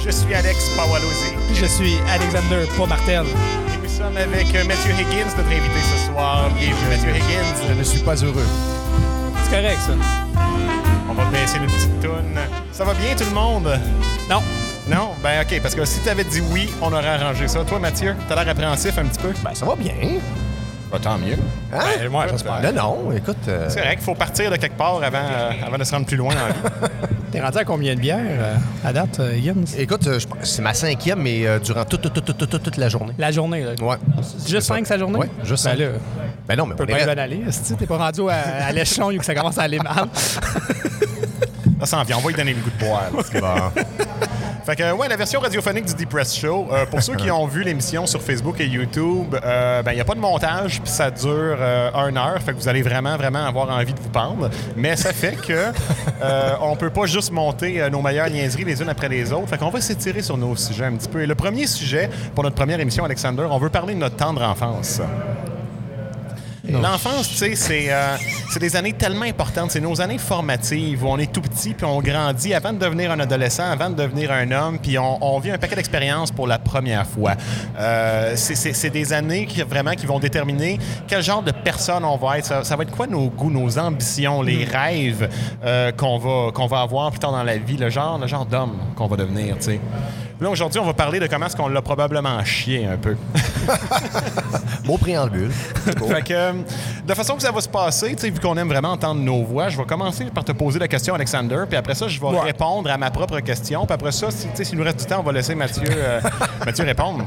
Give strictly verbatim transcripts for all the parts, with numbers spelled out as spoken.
Je suis Alex Pawalozzi. Je suis Alexander, pas Martel. Et nous sommes avec Mathieu Higgins, notre invité ce soir. Bienvenue, Mathieu Higgins. Je ne suis pas heureux. C'est correct, ça. On va baisser une petite toune. Ça va bien, tout le monde? Non. Non? Ben, OK, parce que si tu avais dit oui, on aurait arrangé ça. Toi, Mathieu, t'as l'air appréhensif un petit peu? Ben, ça va bien. Bah, tant mieux. Hein? Ben, moi, j'espère. Non, non, écoute... Euh... C'est correct, il faut partir de quelque part avant, euh, avant de se rendre plus loin dans la vie. T'es rendu à combien de bières euh, à date, euh, Higgins? Écoute, euh, je pense- c'est ma cinquième, mais euh, durant toute, toute, toute, toute, toute la journée. La journée, là. Ouais. Juste cinq sa journée? Oui, juste Ben cinq. là, Ben non, mais tu peux on pas est... bien aller. Si t'es pas rendu à, à l'échelon où ça commence à aller mal. Ça s'en vient, on va lui donner le goût de boire. là. Bon. Fait que, ouais, la version radiophonique du Deep Press Show, euh, pour ceux qui ont vu l'émission sur Facebook et YouTube, euh, ben, il n'y a pas de montage, puis ça dure euh, une heure, fait que vous allez vraiment, vraiment avoir envie de vous pendre. Mais ça fait que euh, on peut pas juste monter euh, nos meilleures niaiseries les unes après les autres. Fait qu'on va s'étirer sur nos sujets un petit peu. Et le premier sujet, pour notre première émission, Alexander, on veut parler de notre tendre enfance. L'enfance, tu sais, c'est, euh, c'est des années tellement importantes. C'est nos années formatives où on est tout petit puis on grandit avant de devenir un adolescent, avant de devenir un homme, puis on, on vit un paquet d'expériences pour la première fois. Euh, c'est, c'est, c'est des années qui, vraiment qui vont déterminer quel genre de personne on va être. Ça, ça va être quoi nos goûts, nos ambitions, les mm. rêves euh, qu'on va, qu'on va avoir plus tard dans la vie, le genre, le genre d'homme qu'on va devenir, tu sais. Là, aujourd'hui, on va parler de comment est-ce qu'on l'a probablement chié un peu. Beau préambule. Beau. Fait que, euh, de façon que ça va se passer, tu sais, vu qu'on aime vraiment entendre nos voix, je vais commencer par te poser la question, Alexander, puis après ça, je vais Ouais. répondre à ma propre question, puis après ça, si, tu sais, s'il nous reste du temps, on va laisser Mathieu, euh, Mathieu répondre.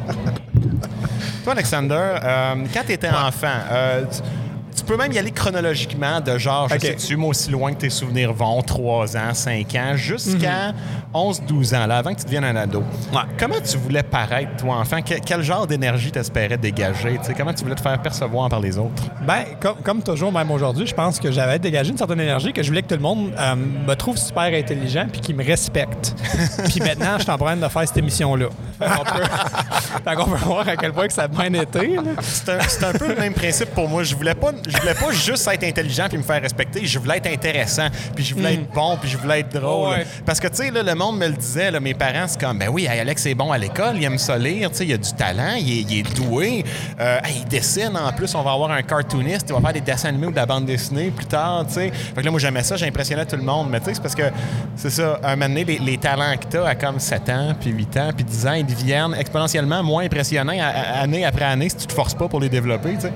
Toi, Alexander, euh, quand tu étais ouais. enfant, euh, tu, tu peux même y aller chronologiquement, de genre, je Okay. sais-tu, moi, aussi loin que tes souvenirs vont, trois ans, cinq ans, jusqu'à mm-hmm. onze douze ans, là, avant que tu deviennes un ado. Ouais. Comment tu voulais paraître, toi, enfant? Que- quel genre d'énergie t'espérais dégager? T'sais, comment tu voulais te faire percevoir par les autres? Ben, comme, comme toujours, même aujourd'hui, je pense que j'avais dégagé une certaine énergie que je voulais que tout le monde euh, me trouve super intelligent puis qu'il me respecte. Puis maintenant, je suis en train de faire cette émission-là. Fait qu'on peut, fait qu'on peut voir à quel point que ça a bien été. Là. C'est un, c'est un peu le même principe pour moi. Je voulais pas, je voulais pas juste être intelligent puis me faire respecter. Je voulais être intéressant, puis je voulais Mm. être bon, puis je voulais être drôle. Ouais. Parce que, tu sais, là, le monde me le disait, là, mes parents, c'est comme, ben oui, Alex est bon à l'école, il aime ça lire, tu sais, il a du talent, il est, il est doué, euh, il dessine en plus, on va avoir un cartooniste, il va faire des dessins animés ou de la bande dessinée plus tard, tu sais. Fait que là, moi, j'aimais ça, j'impressionnais tout le monde, mais tu sais, c'est parce que, c'est ça, un moment donné, les, les talents que t'as à comme sept ans, puis huit ans, puis dix ans, ils deviennent exponentiellement moins impressionnants à- à- année après année si tu te forces pas pour les développer, tu sais.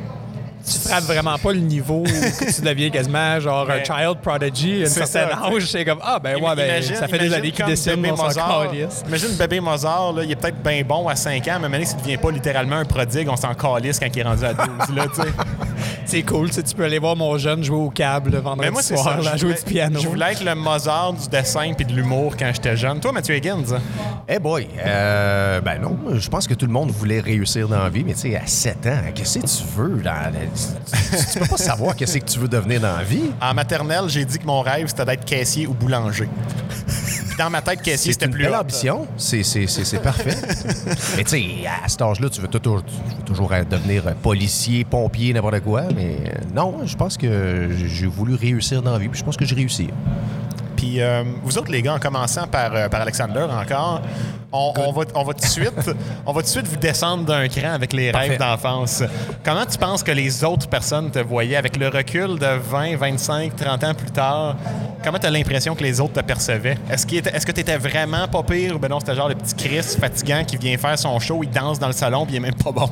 Tu frappes vraiment pas le niveau que tu deviens quasiment genre Mais un child prodigy à un c'est certain ça, âge. C'est comme, ah ben ouais, ben Imagine- ça fait des imagine années qu'il comme dessine, bébé on s'en Mozart. calisse. Imagine bébé Mozart, là, il est peut-être bien bon à cinq ans, mais maintenant, s'il devient pas littéralement un prodigue, on s'en calisse quand il est rendu à douze, là, tu sais. C'est cool, tu sais, tu peux aller voir mon jeune jouer au câble le vendredi Mais moi, c'est soir, ça. là, je jouer voulais- du piano. Je voulais être le Mozart du dessin puis de l'humour quand j'étais jeune. Toi, Mathieu Higgins? Eh boy, euh, ben non, je pense que tout le monde voulait réussir dans la vie, mais tu sais, à sept ans, qu'est-ce que tu veux? Dans la... tu, tu peux pas savoir qu'est-ce que tu veux devenir dans la vie. En maternelle, j'ai dit que mon rêve, c'était d'être caissier ou boulanger. Puis dans ma tête, caissier, C'est c'était une plus belle hot. ambition, c'est, c'est, c'est, c'est parfait. Mais tu sais, à cet âge-là, tu veux toujours, tu veux toujours devenir policier, pompier, n'importe quoi, mais euh, non, je pense que j'ai voulu réussir dans la vie, puis je pense que j'ai réussi. Puis euh, vous autres, les gars, en commençant par, euh, par Alexander encore, on, on, va, on, va tout de suite, on va tout de suite vous descendre d'un cran avec les Parfait. rêves d'enfance. Comment tu penses que les autres personnes te voyaient avec le recul de vingt, vingt-cinq, trente ans plus tard? Comment tu as l'impression que les autres te percevaient? Est-ce, qu'il était, est-ce que tu étais vraiment pas pire ou ben non, c'était genre le petit Chris fatigant qui vient faire son show, il danse dans le salon puis il est même pas bon?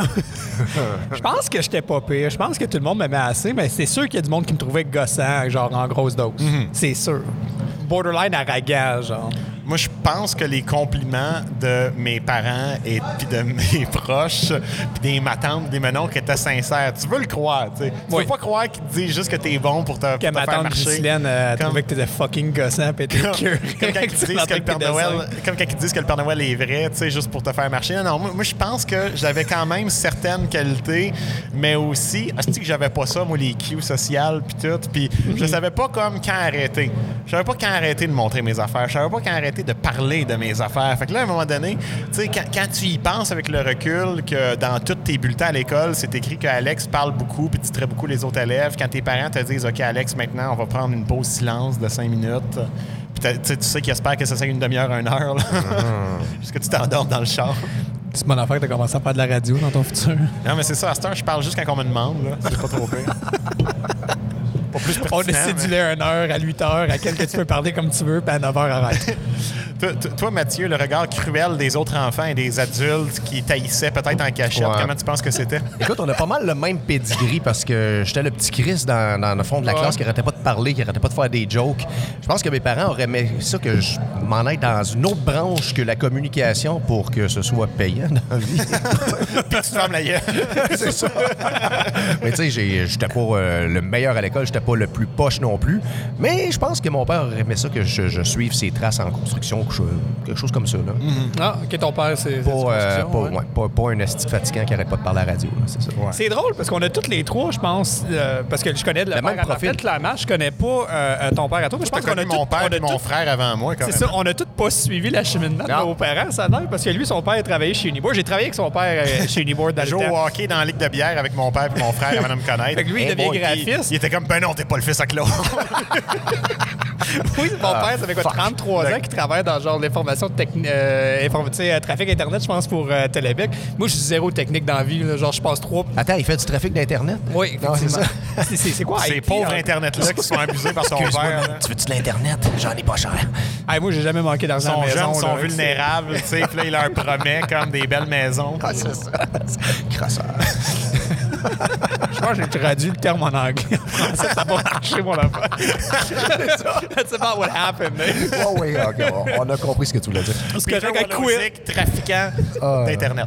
Je pense que j'étais pas pire. Je pense que tout le monde m'aimait assez, mais c'est sûr qu'il y a du monde qui me trouvait gossant, genre en grosse dose. Mm-hmm. C'est sûr. Borderline arrogant, genre. Moi, je pense que les compliments de mes parents et puis de mes proches, puis des ma tante, des menon qui étaient sincères. Tu veux le croire, tu sais. Tu Oui. veux pas croire qu'ils te disent juste que t'es bon pour te, pour Que te ma faire tante marcher. Ghislaine euh, Comme- trouvait que t'étais fucking gossant pis t'es Comme, curieux. comme quand ils disent que le Père Noël, comme quand ils disent que le Père Noël est vrai, tu sais, juste pour te faire marcher. Non, non, moi, moi, je pense que j'avais quand même certaines qualités, mais aussi, je dis que j'avais pas ça, moi, les cues sociales puis tout, puis je savais pas comme quand arrêter. Je savais pas quand arrêter de montrer mes affaires. Je savais pas quand arrêter de parler de mes affaires. Fait que là, à un moment donné, tu sais, quand, quand tu y penses avec le recul que dans tous tes bulletins à l'école, c'est écrit que Alex parle beaucoup puis distrait beaucoup les autres élèves, quand tes parents te disent « OK, Alex, maintenant, on va prendre une pause silence de cinq minutes », Puis tu sais qu'il espère que ça soit une demi-heure, une heure. Là. Mm. Jusqu'à tu t'endormes dans le char. C'est mon affaire que t'as commencé à faire de la radio dans ton futur. Non, mais c'est ça. À cette heure, je parle juste quand on me demande. Là. C'est pas trop pire. Pas plus On a cédulé à une heure, à huit heures, à quel que tu peux parler comme tu veux, puis à neuf heures, arrête. toi, toi, Mathieu, le regard cruel des autres enfants et des adultes qui taillissaient peut-être en cachette, ouais. Comment tu penses que c'était? Écoute, on a pas mal le même pedigree parce que j'étais le petit Chris dans, dans le fond de la ouais. classe qui arrêtait pas de parler, qui arrêtait pas de faire des jokes. Je pense que mes parents auraient aimé ça que je m'en aille dans une autre branche que la communication pour que ce soit payant dans la vie. Puis tu te fermes la gueule. C'est ça. Mais tu sais, j'étais pas euh, le meilleur à l'école, j'étais pas le plus poche non plus. Mais je pense que mon père aurait aimé ça que je, je suive ses traces en construction, quelque chose comme ça. Là. Mm-hmm. Ah, OK, ton père, c'est pas, euh, pas, ouais. Ouais, pas, pas un esti fatigant qui arrête pas de parler à la radio. Là, c'est ça. Ouais. C'est drôle parce qu'on a toutes les trois, je pense, euh, parce que je connais le, le même profil. Clairement, je connais pas euh, ton père à toi. Mais je pense qu'on a mon tout, père et mon tout... frère avant moi. C'est ça, on a tous pas suivi l'acheminement de nos parents, ça a l'air, parce que lui, son père a travaillé chez Uniboard. J'ai travaillé avec son père euh, chez Uniboard dans le temps. J'ai joué au hockey dans la ligue de bière avec mon père et mon frère avant de me connaître. Fait que lui, il devient hey, graphiste. Il, il était comme, ben non, t'es pas le fils à Claude. Oui, mon ah, père, ça fait quoi, trente-trois ans qu'il travaille dans genre l'information technique, euh, inform- euh, trafic Internet, je pense, pour euh, Télébec. Moi, je suis zéro technique dans la vie. Là, genre, je passe trois. Attends, il fait du trafic d'Internet? Oui, non, c'est ça. c'est, c'est, c'est quoi? Ces pauvres Internet-là qui sont abusés par son père. Tu veux-tu de l'Internet? J'en ai pas cher. Hey, moi, j'ai jamais manqué d'argent à la maison. Ils sont là, vulnérables, tu sais, puis là, il leur promet comme des belles maisons. Ah, c'est ça. Crasseur. Je pense que j'ai traduit le terme en anglais. En français, ça va marcher, mon affaire. That's about what happened. Oh oui, OK. On, on a compris ce que tu voulais dire. C'est correct avec musique, trafiquant uh... d'Internet.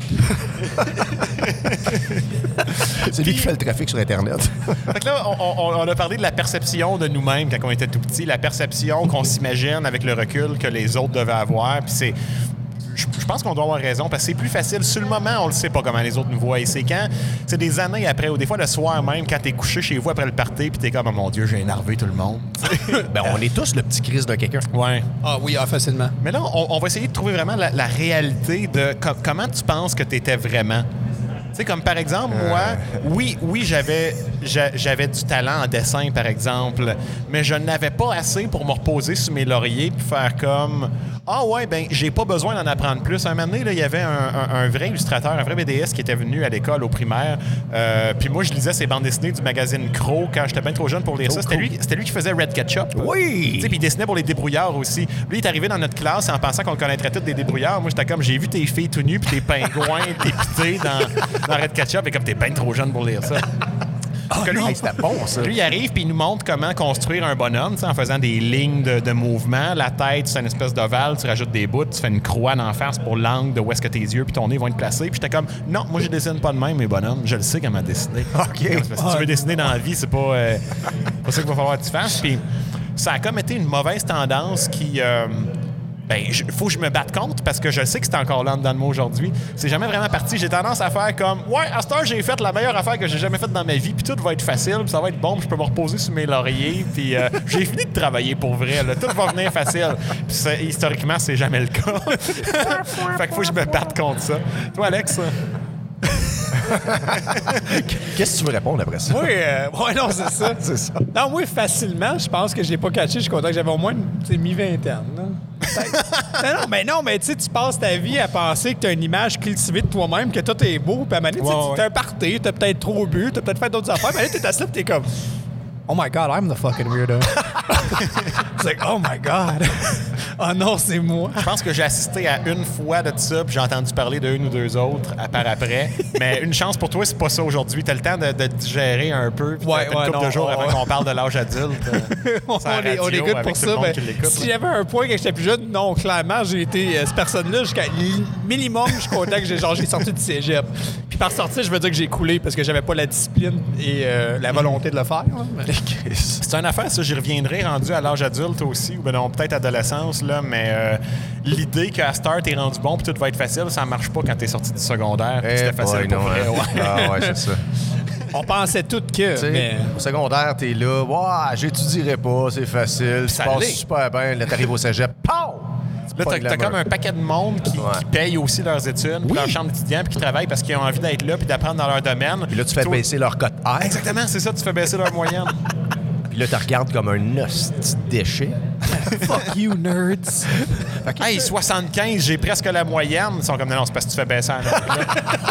C'est lui qui fait le trafic sur Internet. Fait que là, on, on, on a parlé de la perception de nous-mêmes quand on était tout petit, la perception qu'on s'imagine avec le recul que les autres devaient avoir. Puis c'est... Je pense qu'on doit avoir raison, parce que c'est plus facile. Sur le moment, on le sait pas comment les autres nous voient. Et c'est quand, c'est des années après, ou des fois le soir même, quand t'es couché chez vous après le party, puis t'es comme, oh mon Dieu, j'ai énervé tout le monde. Ben, on est tous le petit Chris de quelqu'un. Ouais. Ah oui, ah, facilement. Mais là, on, on va essayer de trouver vraiment la, la réalité de com- comment tu penses que t'étais vraiment. Tu sais, comme par exemple, moi, oui, oui, j'avais, j'avais du talent en dessin, par exemple, mais je n'avais pas assez pour me reposer sur mes lauriers puis faire comme « Ah ouais, ben j'ai pas besoin d'en apprendre plus. » Un moment donné, là, il y avait un, un, un vrai illustrateur, un vrai B D S qui était venu à l'école au primaire. Euh, puis moi, je lisais ses bandes dessinées du magazine Crow quand j'étais bien trop jeune pour lire oh, ça. C'était, cool. lui, c'était lui qui faisait Red Ketchup. Oui! Tu sais, puis il dessinait pour les débrouillards aussi. Lui, il est arrivé dans notre classe en pensant qu'on le connaîtrait tous des débrouillards. Moi, j'étais comme « J'ai vu tes filles tout nues puis tes pingouins dépités dans... » dans Red Ketchup, et comme t'es bien trop jeune pour lire ça. Oh lui, hey, c'était bon, ça. Lui, il arrive puis il nous montre comment construire un bonhomme, en faisant des lignes de, de mouvement. La tête, c'est une espèce d'ovale, tu rajoutes des bouts, tu fais une croix d'en face pour l'angle de où est-ce que tes yeux puis ton nez vont être placés. Puis j'étais comme, non, moi, je dessine pas de même, mes bonhommes. Je le sais comment dessiner. OK. Parce que si tu veux dessiner dans la vie, c'est pas, euh, pas ça qu'il va falloir que tu fasses. Puis ça a comme été une mauvaise tendance qui... Euh, ben, il faut que je me batte contre parce que je sais que c'est encore là en dedans de moi aujourd'hui. C'est jamais vraiment parti. J'ai tendance à faire comme « Ouais, à cette heure, j'ai fait la meilleure affaire que j'ai jamais faite dans ma vie, puis tout va être facile, puis ça va être bon, puis je peux me reposer sur mes lauriers, puis euh, j'ai fini de travailler pour vrai. Là. Tout va venir facile. » Puis ça, historiquement, c'est jamais le cas. Fait qu'il faut que je me batte contre ça. Toi, Alex? Qu'est-ce que tu veux répondre après ça? Oui, euh, ouais, non, c'est ça. C'est ça. Non, moi, facilement, je pense que je l'ai pas catché. Je suis content que j'avais au moins une mi-vingtaine. Là. non, non, mais non, mais tu sais, tu passes ta vie à penser que tu as une image cultivée de toi-même, que tout est beau, puis à un moment donné, ouais, tu ouais. un party, tu as peut-être trop bu, tu as peut-être fait d'autres affaires, mais là, tu es assis, tu es comme oh my God, I'm the fucking weirdo. C'est like, oh my God. Oh non, c'est moi. Je pense que j'ai assisté à une fois de ça, puis j'ai entendu parler d'une ou deux autres à part après. Mais une chance pour toi, c'est pas ça aujourd'hui. T'as le temps de, de digérer un peu, puis ouais, t'as, t'as ouais, une couple non, de jours ouais, avant ouais. qu'on parle de l'âge adulte. on, est, on est good pour ça. Mais si j'avais un point quand j'étais plus jeune, non, clairement, j'ai été euh, cette personne-là jusqu'à minimum, je suis content que j'ai, genre, j'ai sorti du cégep. Puis par sortie, je veux dire que j'ai coulé parce que j'avais pas la discipline et euh, la volonté de le faire. Hein, mais... C'est une affaire, ça, j'y reviendrai rendu à l'âge adulte aussi, ou ben non, peut-être adolescence, là, mais euh, l'idée qu'à Star, t'es rendu bon puis tout va être facile, ça marche pas quand t'es sorti du secondaire. Eh c'était facile boy, pour non, vrai. Hein. Ouais. Ah ouais, c'est ça. On pensait tout que. T'sais, mais... Au secondaire, t'es là, ouais, j'étudierai pas, c'est facile, ça passe super bien, là, t'arrives au cégep, pow! Là, t'as, t'as comme un paquet de monde qui, ouais. qui paye aussi leurs études, oui. leur chambre d'étudiant, puis qui travaillent parce qu'ils ont envie d'être là puis d'apprendre dans leur domaine. Puis là, tu fais Toi... baisser leur cote R. Exactement, c'est ça, tu fais baisser leur moyenne. Puis là, tu regardes comme un hostie de déchet. Fuck you, nerds! Hey, soixante-quinze, j'ai presque la moyenne. Ils sont comme, non, non, c'est parce que tu fais baisser la note.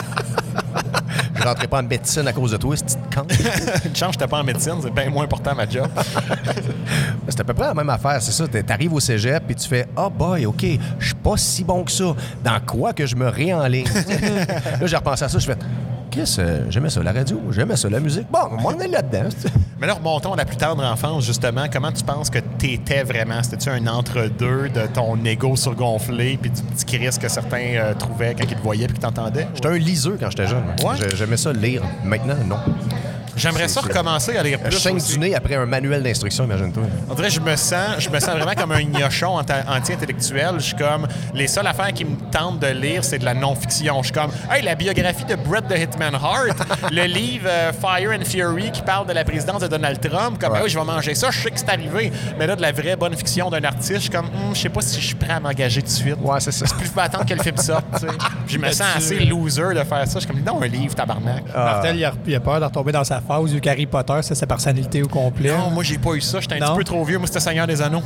Je rentrais pas en médecine à cause de toi, cette petite con. Une chance, j'étais pas en médecine, c'est bien moins important ma job. C'est à peu près la même affaire, c'est ça. T'arrives au cégep et tu fais « Ah oh boy, OK, je suis pas si bon que ça. Dans quoi que je me réenligne? » Là, j'ai repensé à ça, je fais « Qu'est-ce? Euh, j'aimais ça, la radio, j'aimais ça, la musique. Bon, on est là-dedans. » Mais là, remontons à la plus tendre enfance, justement. Comment tu penses que t'étais vraiment? C'était-tu un entre-deux de ton ego surgonflé puis du petit Chris que certains euh, trouvaient quand ils te voyaient puis qu'ils t'entendaient? J'étais un liseux quand j'étais jeune. Ouais? J'aimais ça lire. Maintenant, non. J'aimerais ça recommencer à lire plus. Je saigne aussi. du nez après un manuel d'instruction, imagine-toi. On dirait que je me sens, je me sens vraiment comme un gnochon anti- anti-intellectuel. Je suis comme, les seules affaires qui me tentent de lire, c'est de la non-fiction. Je suis comme, hey, la biographie de Bret the Hitman Hart, le livre euh, Fire and Fury qui parle de la présidence de Donald Trump, comme, Ouais. ah oui, je vais manger ça, je sais que c'est arrivé. Mais là, de la vraie bonne fiction d'un artiste, je suis comme, Hum, je sais pas si je suis prêt à m'engager tout de suite. Ouais, c'est ça. Plus je peux attendre que le film sorte, tu sais. Je me sens assez loser de faire ça. Je suis comme, non, un livre, tabarnak. Martel, il a, il a peur de retomber dans sa phase vu qu'Harry Potter, c'est sa personnalité au complet. Non, moi, j'ai pas eu ça. J'étais un Non? petit peu trop vieux. Moi, c'était Seigneur des Anneaux.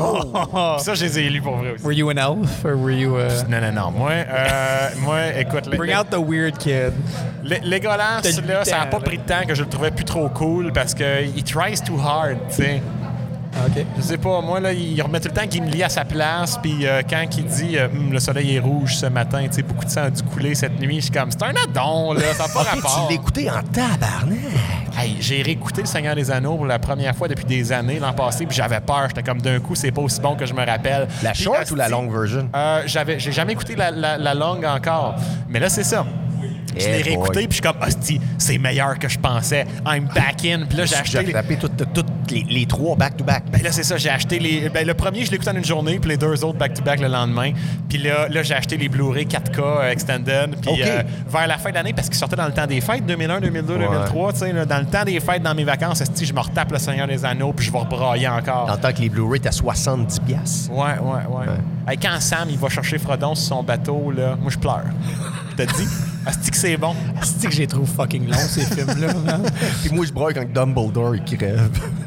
Puis ça, je les ai lus pour vrai aussi. Were you an elf or were you... Uh... Non, non, non. Moi, euh, moi écoute... les- Bring out the weird kid. les- Legolas, T'as le là, ça n'a temps, pas là. pris de temps que je le trouvais plus trop cool parce que he tries too hard, tu sais. OK. Je sais pas, moi, là, il remet tout le temps Gimli à sa place, puis euh, quand il dit euh, Hum, le soleil est rouge ce matin, tu sais, beaucoup de sang a dû couler cette nuit, je suis comme, c'est un addon, là, ça n'a pas OK, rapport. tu l'as écouté en tabarnak. Hey, j'ai réécouté Le Seigneur des Anneaux pour la première fois depuis des années l'an passé, puis j'avais peur. J'étais comme, d'un coup, c'est pas aussi bon que je me rappelle. La Puis, short ou la asti, long version? Euh, j'avais, j'ai jamais écouté la, la, la longue encore. Mais là, c'est ça. Je l'ai Eh réécouté, boy. puis je suis comme, hostie, c'est meilleur que je pensais. I'm back in. Puis là, j'ai acheté. J'ai les- frappé toutes toutes les, les trois back-to-back. Ben là, c'est ça, j'ai acheté les. Ben, le premier, je l'ai écouté en une journée, puis les deux autres back-to-back le lendemain. Puis là, là j'ai acheté les Blu-ray quatre K euh, Extended. Puis OK. euh, vers la fin de l'année, parce qu'ils sortaient dans le temps des fêtes, deux mille un, deux mille deux, Ouais. deux mille trois, tu sais, là, dans le temps des fêtes, dans mes vacances, esti, je me retape Le Seigneur des Anneaux, puis je vais rebrailler encore. En tant que les Blu-ray, t'as soixante-dix piastres. Ouais, ouais, ouais. Hey, quand Sam, il va chercher Frodon sur son bateau, là, moi, je pleure. T'as dit? Asti que c'est bon. C'est que j'ai trouvé fucking long, ces films-là. man. Puis moi, je broye quand Dumbledore il crève.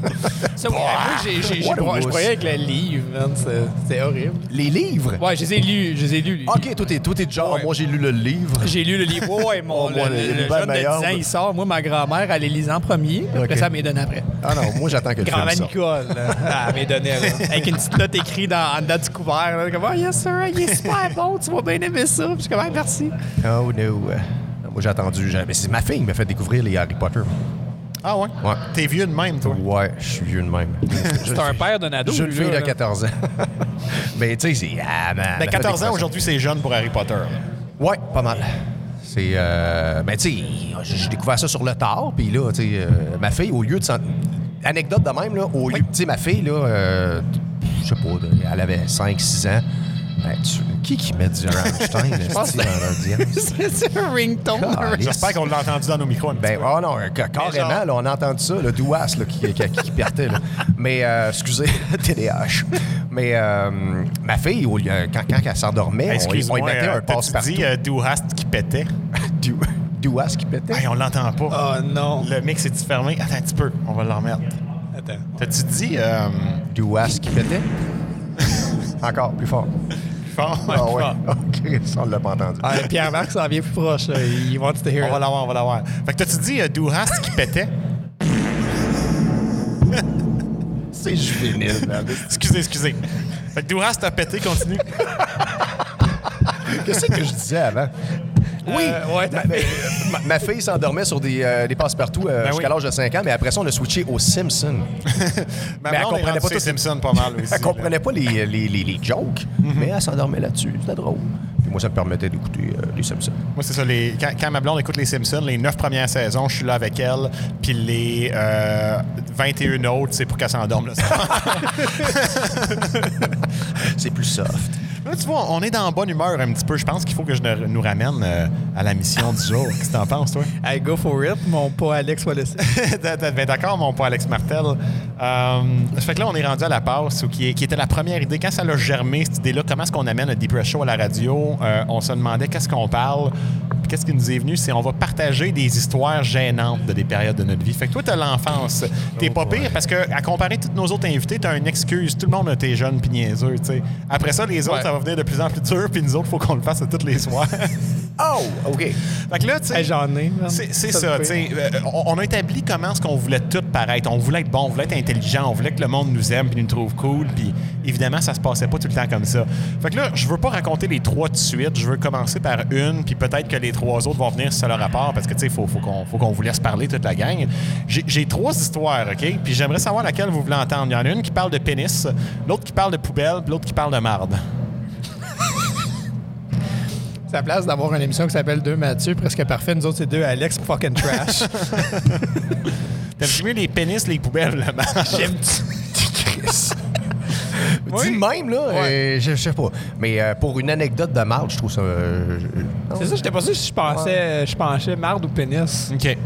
Ça, ouais, moi, j'ai, j'ai, j'ai What a bro- je wuss. broyais avec le livre, man. C'est, c'est horrible. Les livres? Ouais, je les ai lus. Je les ai lus, les OK, toi, t'es, toi, t'es du genre, Ouais. moi, j'ai lu le livre. J'ai lu le livre. Ouais, ouais, mon Oh, moi, le, le- le- le le ben jeune de meilleur. dix ans, il sort. Moi, ma grand-mère, elle les lisait en premier. Après Ok. ça, elle m'est donné après. Ah non, moi, j'attends que le film Grand-mère sorte. Nicole, là, elle m'est donné là, avec une petite note écrite dans, en dedans du couvert. Là, comme, oh, yes, sir, il est super bon. Tu vas bien aimer ça. Puis je suis comme, ah, merci. Oh no. Moi, j'ai attendu. j'ai- Mais c'est ma fille qui m'a fait découvrir les Harry Potter. Ah ouais? Ouais. T'es vieux de même, toi. Ouais, je suis vieux de même. C'est un père d'un ado. Jeune lui, fille là, de là. quatorze ans. Mais tu sais, c'est... Ah, man, elle Ben, a fait quatorze des ans, aujourd'hui, c'est jeune pour Harry Potter. Ouais, pas mal. C'est... Euh, ben, tu sais, j'ai j'ai découvert ça sur le tard, puis là, tu sais, euh, ma fille, au lieu de s'en... Anecdote de même, là, au lieu... Tu sais, ma fille, là, euh, je sais pas, de- elle avait cinq six ans. Ben, tu- qui qui met du Rammstein, là, pense c'est-tu, que- dans l'audience? C'est un ringtone. Ah, J'espère qu'on l'a entendu dans nos micros un petit Ben, peu. oh non, ca- carrément, là, on a entendu ça, le douas là, qui, qui, qui partait. Là. Mais, euh, excusez, T D A H. Mais euh, ma fille, au lieu- quand, quand elle s'endormait, on, on Excuse-moi, y mettait euh, un t'as-tu passe-partout. dit euh, Do Hast qui pétait? Du- douas qui pétait. Hey, on l'entend pas. Oh non. Le mix est-tu fermé? Attends un petit peu, on va le remettre. Attends. T'as-tu dit euh, Douas qui pétait. Encore, plus fort. fort? Ah ouais, Fort. OK, ça, on l'a pas entendu. Ah, Pierre-Marc s'en vient plus proche. là. Il wants to hear On va it. l'avoir, on va l'avoir. Fait que t'as-tu dit euh, Do Hast qui pétait? C'est juvénile, man. Excusez, excusez. Fait que Do Hast a pété, continue. Qu'est-ce que je disais avant? Oui! Euh, ouais, ma, ma- ma fille s'endormait sur des, euh, des passe-partout euh, Ben jusqu'à oui. l'âge de cinq ans, mais après ça, on a switché aux Simpsons. Ma Mais elle blonde est comprenait rendue pas sur tout- Simpson pas mal aussi. Elle comprenait pas les, les, les, les jokes, mais elle s'endormait là-dessus. C'était drôle. Puis moi, ça me permettait d'écouter euh, les Simpsons. Moi, c'est ça. Les, quand, quand ma blonde écoute les Simpsons, les neuf premières saisons, je suis là avec elle. Puis les euh, vingt et une autres, c'est pour qu'elle s'endorme le soir. C'est plus soft. Là, tu vois, on est dans bonne humeur un petit peu. Je pense qu'il faut que je ne- nous ramène euh, à la mission du jour. Qu'est-ce que t'en penses, toi? Hey, go for it, mon pas Alex Wallace. Ben d'accord, mon pas Alex Martel. Euh, ça fait que là, on est rendu à la passe, où qui, est- qui était la première idée. Quand ça l'a germé, cette idée-là, comment est-ce qu'on amène un Deep Press Show à la radio? Euh, on se demandait qu'est-ce qu'on parle. Puis qu'est-ce qui nous est venu, c'est on va partager des histoires gênantes de des périodes de notre vie. Fait que toi, t'as l'enfance. T'es pas pire parce que, à comparer tous nos autres invités, t'as une excuse. Tout le monde a été jeune puis niaiseux, tu sais. Après ça, les autres, Ouais. ça va venir de plus en plus dur, puis nous autres, faut qu'on le fasse tous les soirs. Oh, OK. Fait que là, tu sais. Hey, j'en ai. man. C'est c'est Ça ça, me tu fait. sais. euh, on, on a établi comment est-ce qu'on voulait tout paraître. On voulait être bon, on voulait être intelligent, on voulait que le monde nous aime puis nous trouve cool. Puis évidemment, ça se passait pas tout le temps comme ça. Fait que là, je veux pas raconter les trois de suite. Je veux commencer par une, puis peut-être que les trois autres vont venir sur le rapport parce que, tu sais, il faut, faut qu'on faut qu'on vous laisse parler toute la gang. J'ai j'ai trois histoires, OK? Puis j'aimerais savoir laquelle vous voulez entendre. Il y en a une qui parle de pénis, l'autre qui parle de poubelle, puis l'autre qui parle de marde. C'est à la place d'avoir une émission qui s'appelle Deux Mathieu, presque parfait. Nous autres, c'est deux Alex fucking trash. T'as mieux les pénis, les poubelles, la marde? J'aime Dis de même, là, euh, je, je sais pas. Mais euh, pour une anecdote de marde, je trouve ça... euh, je- non. C'est ça, j'étais pas sûr si je pensais, je penchais marde ou pénis. OK.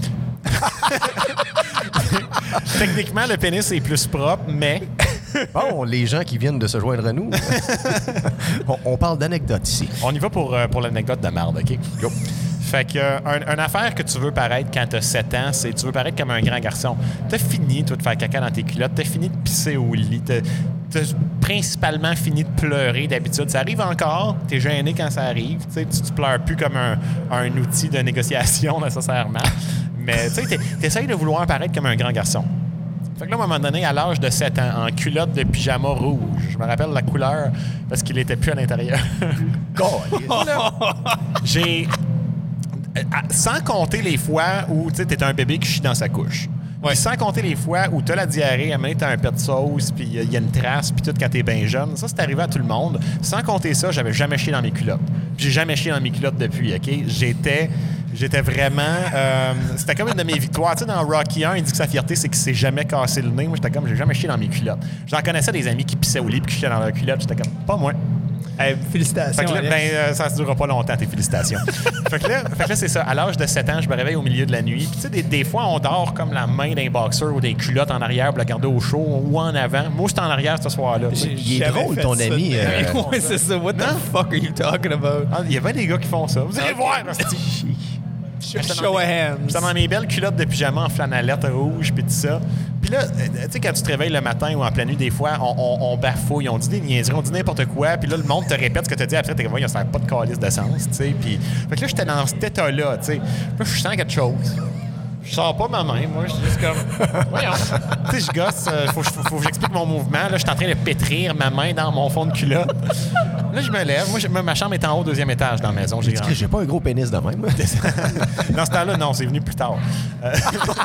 Techniquement, le pénis est plus propre, mais... Bon, les gens qui viennent de se joindre à nous, on, on parle d'anecdotes ici. On y va pour, euh, pour l'anecdote de merde, OK? Go. Fait que, euh, un, une affaire que tu veux paraître quand t'as sept ans, c'est tu veux paraître comme un grand garçon. T'as fini, toi, de faire caca dans tes culottes. T'as fini de pisser au lit. T'as, t'as principalement fini de pleurer d'habitude. Ça arrive encore. T'es gêné quand ça arrive. T'sais, tu, tu pleures plus comme un, un outil de négociation, nécessairement. Mais tu sais, t'essayes de vouloir paraître comme un grand garçon. Fait que là, à un moment donné, à l'âge de sept ans, en culotte de pyjama rouge, je me rappelle la couleur parce qu'il était plus à l'intérieur. J'ai... Sans compter les fois où tu es un bébé qui chie dans sa couche. Puis sans compter les fois où tu as la diarrhée, à un moment donné, tu as un pet de sauce, puis il y a une trace, puis tout quand tu es bien jeune. Ça, c'est arrivé à tout le monde. Sans compter ça, j'avais jamais chié dans mes culottes. Puis j'ai jamais chié dans mes culottes depuis, OK? J'étais... J'étais vraiment... Euh, c'était comme une de mes victoires. Tu sais, dans Rocky un, il dit que sa fierté, c'est qu'il s'est jamais cassé le nez. Moi, j'étais comme, j'ai jamais chié dans mes culottes. J'en connaissais des amis qui pissaient au lit puis qui chiaient dans leurs culottes. J'étais comme, pas moi. Hey, félicitations. Fait que là, Alex. ben, euh, ça ne durera pas longtemps, tes félicitations. fait que là, fait que là c'est ça. À l'âge de sept ans, je me réveille au milieu de la nuit. Puis, tu sais, des, des fois, on dort comme la main d'un boxeur ou des culottes en arrière pour la garder au chaud ou en avant. Moi, j'étais en arrière ce soir-là. J'ai Il est jamais drôle, fait ton ça. ami, euh, Oui, c'est ça. What the fuck are you talking about? Ah, il y avait des gars qui font ça. Vous allez voir, hostie. J'étais Show dans of mes- hands. J'étais dans mes belles culottes de pyjama en flanellette rouge puis tout ça. Puis là, euh, tu sais, quand tu te réveilles le matin ou en pleine nuit, des fois, on, on, on bafouille, on dit des niaiseries, on dit n'importe quoi. Puis là, le monde te répète ce que tu as dit après. T'es comme, voyons, ça n'a pas de calice de sens, tu sais. Puis, fait que là, j'étais dans cet état-là, tu sais. Puis là, je sens quelque chose. Je sors pas ma main, moi. Je suis juste comme, voyons. Tu sais, je gosse. euh, faut, faut, faut que j'explique mon mouvement. Là, je suis en train de pétrir ma main dans mon fond de culotte. Là, je me lève. Moi, je- ma chambre est en haut, deuxième étage dans la maison. J'ai grand- J'ai pas un gros pénis de même. Dans ce temps-là, non, c'est venu plus tard. Euh,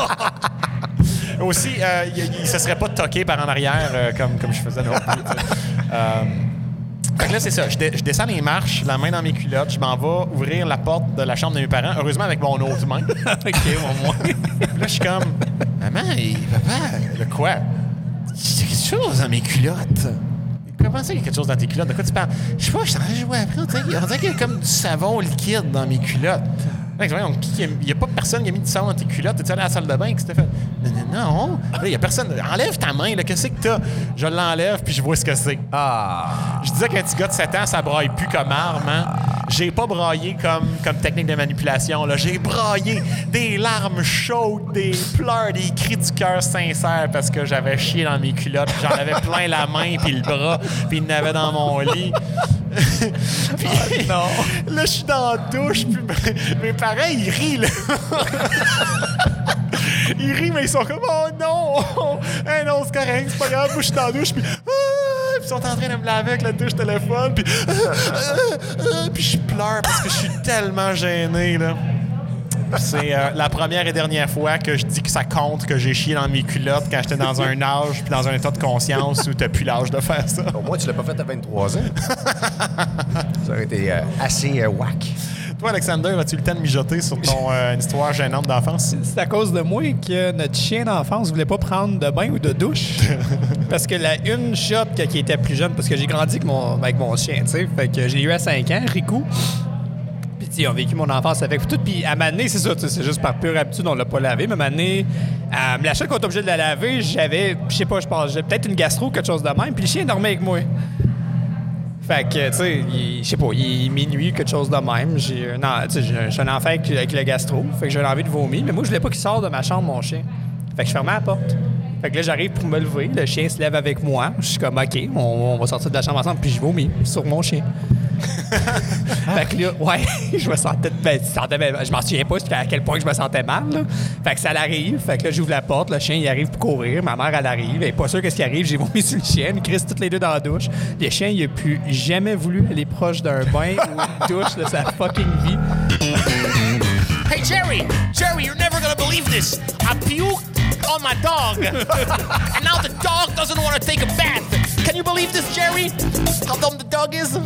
Aussi, euh, il ne se serait pas toqué par en arrière euh, comme, comme je faisais non plus. tu sais. Euh, fait que là, c'est ça. Je, dé- je descends les marches, la main dans mes culottes. Je m'en vais ouvrir la porte de la chambre de mes parents, heureusement avec mon autre main. OK, au moins. Puis là, je suis comme, maman et papa, le quoi? Il y a quelque chose dans mes culottes. Comment ça, il y a quelque chose dans tes culottes? De quoi tu parles? Je sais pas, je suis en train de jouer après. On dirait, on dirait qu'il y a comme du savon liquide dans mes culottes. Là, je dis, voyons, qui- Il n'y a pas personne qui a mis du savon dans tes culottes. T'es-tu allé à la salle de bain? Qu'est-ce que t'as fait? Non, non, non. Là, il n'y a personne. Enlève ta main. Là. Qu'est-ce que t'as? Je l'enlève puis je vois ce que c'est. Ah! Je disais qu'un petit gars de sept ans, ça braille plus comme arme. Hein? J'ai pas braillé comme, comme technique de manipulation. Là. J'ai braillé des larmes chaudes, des pleurs, des cris du cœur sincères parce que j'avais chié dans mes culottes. J'en avais plein la main puis le bras puis il n'avait dans mon lit. Puis, non. Là, je suis dans la douche puis mes, mes parents, ils rient. Là. Ils rient, mais ils sont comme « Oh non! Hey, non, c'est correct, c'est pas grave. » Moi, je suis dans la douche puis... Ah! Puis ils sont en train de me laver avec la douche téléphone puis... Ah! Ah! Ah! Puis je pleure parce que je suis tellement gêné, là. C'est euh, la première et dernière fois que je dis que ça compte que j'ai chié dans mes culottes quand j'étais dans un âge puis dans un état de conscience où t'as plus l'âge de faire ça. Au moins, tu l'as pas fait à vingt-trois ans. Ça aurait été euh, assez euh, whack. Toi, Alexander, as-tu eu le temps de mijoter sur ton euh, une histoire gênante d'enfance? C'est à cause de moi que notre chien d'enfance voulait pas prendre de bain ou de douche. Parce que la une shot que- qui était plus jeune, parce que j'ai grandi avec mon, avec mon chien, tu sais. Fait que j'ai eu à cinq ans, Rico. Puis, tu sais, on a vécu mon enfance avec tout. Puis, à ma c'est ça, tu sais, c'est juste par pure habitude, on l'a pas lavé. Mais à ma euh, la chaque fois qu'on était obligé de la laver, j'avais, je sais pas, je pense, j'avais peut-être une gastro ou quelque chose de même. Puis, le chien dormait avec moi. Fait que, tu sais, je sais pas, il est minuit, quelque chose de même. J'ai un, j'ai, j'ai un enfant avec, avec le gastro. Fait que j'ai envie de vomir. Mais moi, je voulais pas qu'il sorte de ma chambre, mon chien. Fait que je fermais la porte. Fait que là, j'arrive pour me lever. Le chien se lève avec moi. Je suis comme, OK, on, on va sortir de la chambre ensemble. Puis je vomis sur mon chien. Fait que là, ouais, je me sentais. Ben, je m'en souviens pas à quel point je me sentais mal. Là. Fait que ça l'arrive. Fait que là, j'ouvre la porte. Le chien, il arrive pour courir. Ma mère, elle arrive. Elle est pas sûre qu'est-ce qui arrive. J'ai vomi sur le chien. Ils crissent toutes les deux dans la douche. Le chien, il a plus jamais voulu aller proche d'un bain ou une douche de sa fucking vie. Hey, Jerry! Jerry, you're never gonna believe this! I puked on my dog! And now the dog doesn't want to take a bath! Can you believe this, Jerry? How dumb the dog is?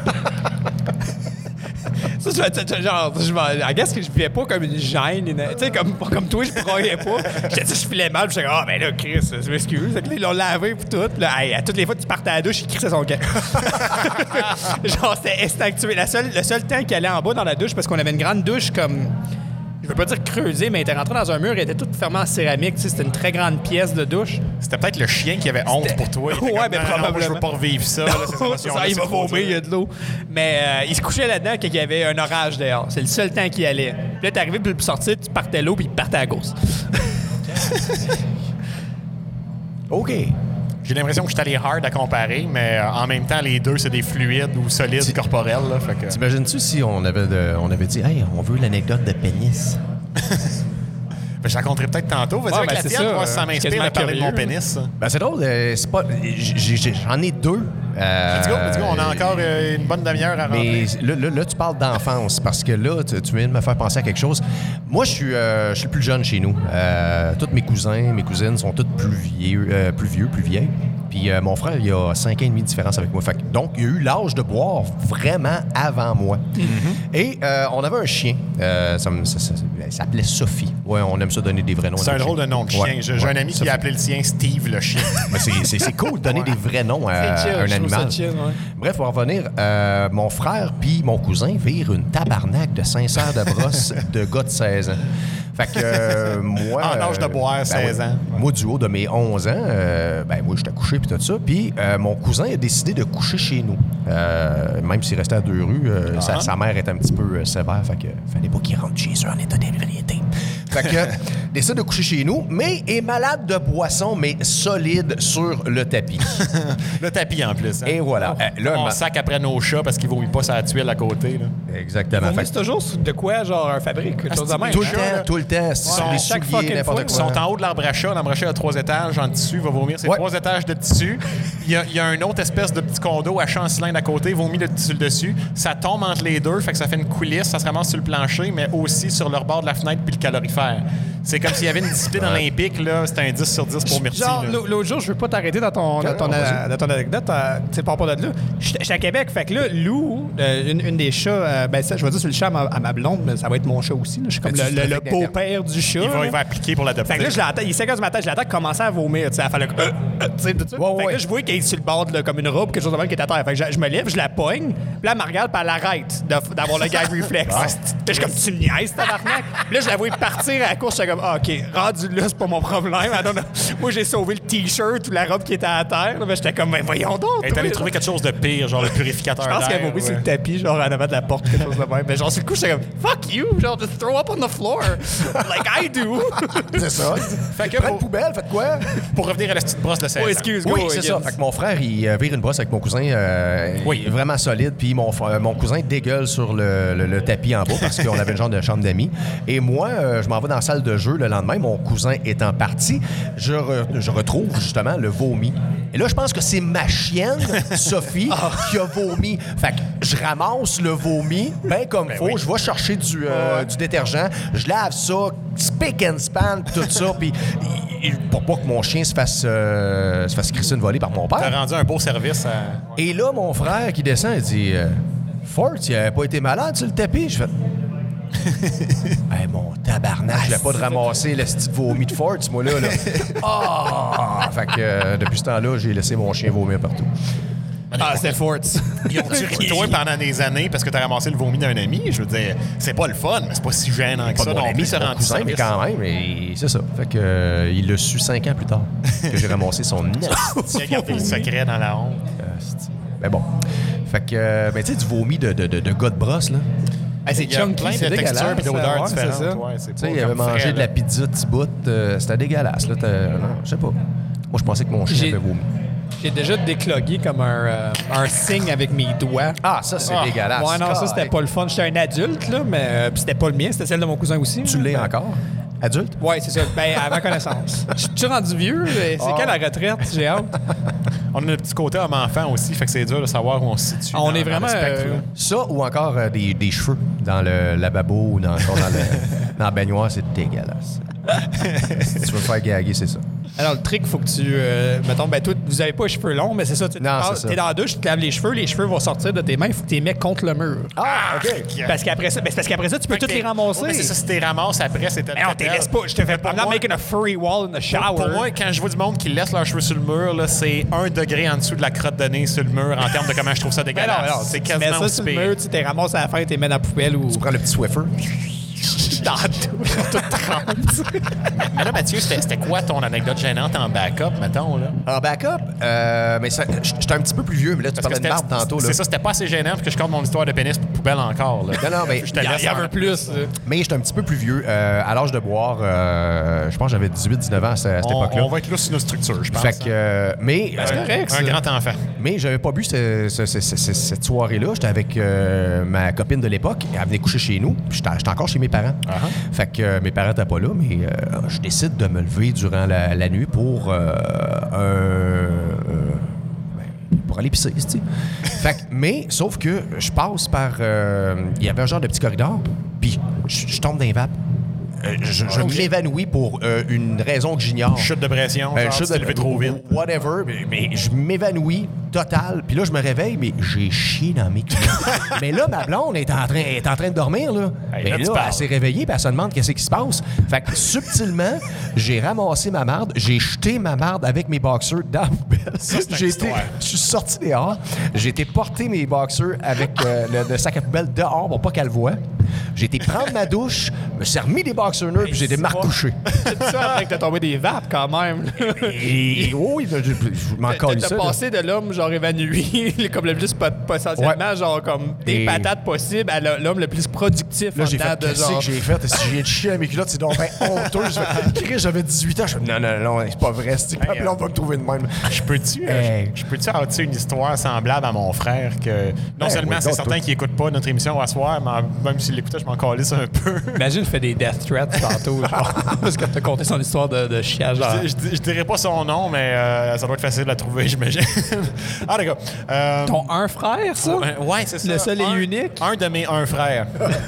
Ça, je, genre, je I guess que je vivais pas comme une gêne. Tu sais, comme, comme toi, je broyais pas. Je je filais mal, puis je disais, ah, ben là, Chris, je m'excuse. Ils l'ont lavé, puis tout. Là, hey, à toutes les fois que tu partais à la douche, il crissait son camp. Genre, c'était instinctuel. La seule, le seul temps qu'il allait en bas dans la douche, parce qu'on avait une grande douche comme. Je veux pas dire creusée, mais il était rentré dans un mur, il était tout fermé en céramique. Tu sais, c'était une très grande pièce de douche. C'était peut-être le chien qui avait honte pour toi. Ouais, comme, mais non, probablement. Non, je veux pas revivre ça. Là, ça il va vomir, il y a de l'eau. Mais euh, il se couchait là-dedans quand il y avait un orage dehors. C'est le seul temps qu'il allait. Puis là, t'arrivais, puis tu sortais, tu partais l'eau, puis il partait à gauche. OK. J'ai l'impression que je suis allé hard à comparer, mais euh, en même temps, les deux, c'est des fluides ou solides Tu... corporels. Là, fait que... T'imagines-tu si on avait, de, on avait dit « Hey, on veut l'anecdote de pénis ». Ben, je la raconterai peut-être tantôt. Vas-y, ouais, avec ben, la c'est tienne, ça, moi, ça m'inspire de parler de mon pénis. Ben, c'est drôle. Euh, c'est pas, j'ai, j'ai, j'en ai deux. Euh, let's go, let's go. On a encore euh, une bonne demi-heure à mais rentrer. là, là, là, tu parles d'enfance parce que là, tu, tu viens de me faire penser à quelque chose. Moi, je suis, euh, je suis le plus jeune chez nous. Euh, tous mes cousins, mes cousines sont toutes plus vieux, euh, plus vieux, plus vieilles. Puis euh, mon frère, il a cinq ans et demi de différence avec moi. Fait que, donc, il a eu l'âge de boire vraiment avant moi. Mm-hmm. Et euh, on avait un chien. Euh, ça, ça, ça, ça s'appelait Sophie. Ouais, on aime ça donner des vrais noms. C'est un drôle de nom de chien. Ouais, J'ai, ouais, j'ai un ami Sophie. qui a appelé le sien Steve le chien. Mais c'est, c'est, c'est cool de donner ouais. des vrais noms à, chill, à un je trouve animal. Ça chill, ouais. Bref, pour en revenir, euh, mon frère puis mon cousin virent une tabarnak de Saint-Cyr de brosse de gars de seize ans. Fait que euh, moi... En âge de boire, ben, seize ans. Moi, du haut de mes onze ans, euh, ben moi, j'étais couché puis tout ça. Puis euh, mon cousin a décidé de coucher chez nous. Euh, même s'il restait à deux rues, euh, uh-huh. sa, sa mère était un petit peu euh, sévère. Fait que fallait pas qu'il rentre chez eux en état d'ébriété. Fait que décide de coucher chez nous, mais est malade de boisson, mais solide sur le tapis. Le tapis, en plus. Hein? Et voilà. Oh, euh, là, on ma... sac après nos chats parce qu'ils vomit pas sur la tuile à côté. Là. Exactement. Ils vomissent toujours de quoi, genre un fabrique, quelque chose de même. Tout le temps, tout le temps. Ouais, sur les chaque souliers, n'importe Ils quoi. sont en haut de l'arbre à chat. L'arbre à chat a trois étages en tissu. Il va vomir ses ouais. trois étages de tissu. Il y, a, il y a un autre espèce de petit condo à chat en cylindre à côté. Il vomit le tissu dessus. Ça tombe entre les deux. Fait que ça fait une coulisse. Ça se ramasse sur le plancher, mais aussi sur le rebord de la fenêtre puis le calorifère. C'est comme s'il y avait une discipline ouais. olympique. Là. C'était un dix sur dix pour Myrtille. Genre, là. L'autre jour, je veux pas t'arrêter dans ton, dans ton, non, euh, dans ton anecdote. Euh, tu sais, pas pas de là. J'étais à Québec. Fait que là, Lou, euh, une, une des chats, euh, ben ça, je vais dire, c'est le chat à ma, à ma blonde, mais ça va être mon chat aussi. Là. Je suis comme le, le, le beau-père du chat. Il va, il va appliquer pour l'adopter. Fait que là, je l'entends, il est cinq heures du matin, je l'entends commencer à vomir. Tu sais, elle fait le. Euh, euh, tu sais, tout ça. Ouais, fait que ouais. là, je vois qu'elle est sur le bord de là, comme une robe, quelque chose de même qui est à terre. Fait que je, je me lève, je la pogne, puis là, elle me regarde, puis elle arrête de, d'avoir le gag reflex. Ah, Puis je suis comme, tu me niaises, tabarnak. Puis là, je la vois partir à la course, je suis comme, ah, OK, rendu là, c'est pas mon problème. Moi, j'ai sauvé le T-shirt ou la robe qui était à terre. Mais j'étais comme, ben voyons donc. Elle est allée trouver quelque chose de pire, genre le purificateur Je pense d'air. qu'elle a vomi ouais. sur le tapis, genre en avant de la porte, quelque chose de même. Mais genre, sur le coup, j'étais comme, fuck you, genre, just throw up on the floor. Like I do. C'est ça. Fait que Prends pour, une poubelle, faites quoi? pour revenir à la petite brosse de seize ans. Oh, excuse, Oui, go, c'est again. ça. Fait que mon frère, il euh, vire une brosse avec mon cousin euh, Oui. vraiment solide. Puis mon, euh, mon cousin dégueule sur le, le, le tapis en bas parce qu'on avait une genre de chambre d'amis. Et moi, euh, je m'en vais dans la salle de jeu le lendemain. Mon cousin étant parti, je, re, je retrouve justement le vomi. Et là, je pense que c'est ma chienne, Sophie, qui a vomi. Fait que je ramasse le vomi, bien comme il Ben faut. oui. Je vais chercher du, euh, du détergent. Je lave ça, spick and span, tout ça. Puis pour pas que mon chien se fasse, euh, se fasse crisser une volée par mon T'as père. rendu un beau service à... Et là, mon frère qui descend, il dit euh, Fort, il avait pas été malade sur le tapis. Je fais hey, mon tabarnak, je voulais pas de ramasser le petit vomi de Fort, moi là. là. Ah! Fait que euh, depuis ce temps-là, j'ai laissé mon chien vomir partout. Ah, c'était Forts. Ils ont-tu ri de toi pendant des années parce que t'as ramassé le vomi d'un ami? Je veux dire, c'est pas le fun, mais c'est pas si gênant que Pas ça. de mon non ami, plus, c'est se mon rendre cousin, mais service. quand même, et c'est ça. Fait que euh, il l'a su cinq ans plus tard que j'ai ramassé son nest. Tu as gardé le secret dans la honte. Ben bon. Fait que, euh, ben, tu sais, du vomi de, de, de, de gars de brosse, là. Hey, c'est Il y a chunky, plein c'est de textures et dégueulasse. d'odeurs Ouais, c'est différentes. ça. Ouais, c'est Tu sais, pas il avait comme mangé frais, de la là. pizza petit bout. euh, c'était dégueulasse, là. t'as- Non, je sais pas. Moi, je pensais que mon chien J'ai- avait vomi. J'ai déjà déclogué comme un, euh, un signe avec mes doigts. Ah, ça, c'est Ah. dégueulasse. Ouais, non, ça, c'était pas le fun. J'étais un adulte, là, mais euh, puis c'était pas le mien, c'était celle de mon cousin aussi. Tu l'es encore? Adulte? Oui, c'est ça. Ben, à ma connaissance. Je suis rendu vieux. mais C'est Ah. quand la retraite? J'ai hâte. On a le petit côté homme-enfant aussi, fait que c'est dur de savoir où on se situe. On dans- est dans vraiment, le spectre, euh, là. Ça ou encore euh, des, des cheveux dans le lavabo ou dans, encore dans, le, dans la baignoire, c'est dégueulasse. Si tu veux me faire gaguer, c'est ça. Alors, le trick, faut que tu. Euh, mettons, ben, toi, vous avez pas les cheveux longs, mais c'est ça. Tu Non, passes- c'est ça. T'es dans la douche, tu te laves les cheveux, les cheveux vont sortir de tes mains, il faut que tu les mets contre le mur. Ah, OK. Parce qu'après ça, ben, c'est parce qu'après ça, tu peux Fait que tous les t'es- ramasser. Ouais, mais c'est ça, si t'es ramasses après, c'est Mais on t'es laisse pas. Je te fais pas. I'm not moi- making a furry wall in the shower. Pour moi, quand je vois du monde qui laisse leurs cheveux sur le mur, là, c'est un degré en dessous de la crotte de nez sur le mur en termes de comment je trouve ça Ben dégueulasse. non, non, c'est tu mets quasiment ça aussi sur le pire. mur, tu t'es ramassé à la fin, tu les mets dans la poubelle ou Tu prends le petit Swiffer. dans la douche, toute trempe. Mais là, Mathieu, c'était c'était quoi ton anecdote gênante en backup, mettons, là? En backup, euh, mais ça- j'étais un petit peu plus vieux, mais là, tu Parce que parlais de c'était- marde tantôt. Là. C'est ça, c'était pas assez gênant pour que je compte mon histoire de pénis pour poubelle encore, là. Non, non, mais Je te Il y en- laisse il y en en- veut plus. là. Mais j'étais un petit peu plus vieux. Euh, à l'âge de boire, euh, je pense que j'avais dix-huit dix-neuf ans à cette, à cette On, époque-là. on va être là sur nos structures, je pense. Fait que, euh, mais, C'est euh, correct, un ça. grand enfant. mais j'avais pas bu ce- ce- ce- ce- ce- cette soirée-là. J'étais avec euh, ma copine de l'époque. Elle venait coucher chez nous. Puis j'étais j'étais encore chez mes parents. Uh-huh. Fait que euh, mes parents n'étaient pas là, mais euh, je décide de me lever durant la, la nuit pour euh, un... euh, ben, pour aller pisser, tu sais. Fait que, mais, sauf que je passe par... euh, il y avait un genre de petit corridor, puis je je tombe dans les vapes. Euh, je je Ok. m'évanouis pour euh, une raison que j'ignore. Chute de pression, Euh, genre, chute tu t'es levé trop vite. Whatever. Mais, mais je m'évanouis total. Puis là, je me réveille, mais j'ai chié dans mes culottes. Mais là, ma blonde est en train, est en train de dormir, là. Hey, mais là, là, tu parles. elle s'est réveillée, puis elle se demande qu'est-ce qui se passe. Fait que subtilement, j'ai ramassé ma marde, j'ai jeté ma marde avec mes boxers dans la poubelle. c'est une J'ai été- histoire. Je suis sorti dehors. J'ai été porter mes boxers avec euh, le, le sac à poubelle dehors pour pas qu'elle voie. J'ai été prendre ma douche, me suis remis des boxers neufs, puis j'ai été me recoucher. C'est ça après que t'as tombé des vapes quand même. Et oui, je, je, je m'en T'as colle t'as ça. là. passé de l'homme genre évanoui, comme le plus po- potentiellement, Ouais. genre comme des Et- patates possibles, à le- l'homme le plus productif Là, en j'ai dedans fait de qu'est-ce genre. que j'ai fait? Si je viens de chier à mes culottes, c'est donc bien honteux. Je fais, Chris, j'avais dix-huit ans. Je fais, non, non, non, c'est pas vrai. C'est pas Hey, on va me trouver de même. Je peux-tu euh, Hey. je, je peux-tu outer une histoire semblable à mon frère que non Ben, seulement oui, c'est donc, certain toi. qu'il écoute pas notre émission à soir, mais en- même s'il l'écoutait, je m'en calisse un peu. Imagine, je fais des death threats tantôt, genre, parce que t'as conté son histoire de, de chiage. genre. Je, je- je dirais pas son nom, mais euh, ça doit être facile à trouver, j'imagine. Ah, d'accord. Euh, Ton un frère, ça? Ouais, ouais, c'est ça. Le seul et Un- unique? Un de mes un frères.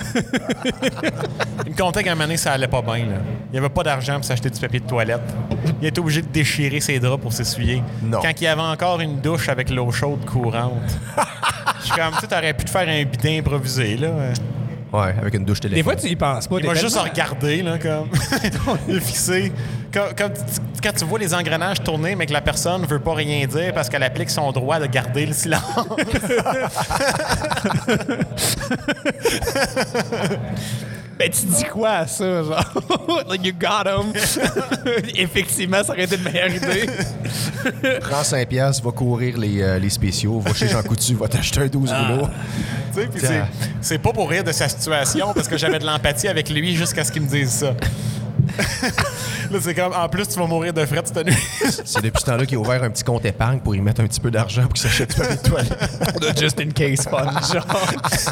Il me contait qu'à un moment donné, ça allait pas bien. Là. Il avait pas d'argent pour s'acheter du papier de toilette. Il était obligé de déchirer ses draps pour s'essuyer. Non. Quand il y avait encore une douche avec l'eau chaude courante. Je suis comme, tu sais, t'aurais pu te faire un bidet improvisé, là. Ouais, avec une douche Des téléphone. fois, tu y penses pas. Il t'es m'a juste tellement- regardé, là, comme. Il est fixé. Comme, comme tu- quand tu vois les engrenages tourner, mais que la personne ne veut pas rien dire parce qu'elle applique son droit de garder le silence. Ben, tu dis quoi à ça, genre? Like, you got him. Effectivement, ça aurait été une meilleure idée. Prends cinq piastres, va courir les, euh, les spéciaux, va chez Jean Coutu, va t'acheter un douze rouleaux. Tu sais, puis c'est- c'est pas pour rire de sa situation parce que j'avais de l'empathie avec lui jusqu'à ce qu'il me dise ça. Là, c'est comme, en plus, tu vas mourir de fret cette nuit. C'est depuis ce temps-là qu'il a ouvert un petit compte épargne pour y mettre un petit peu d'argent pour qu'il s'achète du papier de toilette. The just in case fund, genre.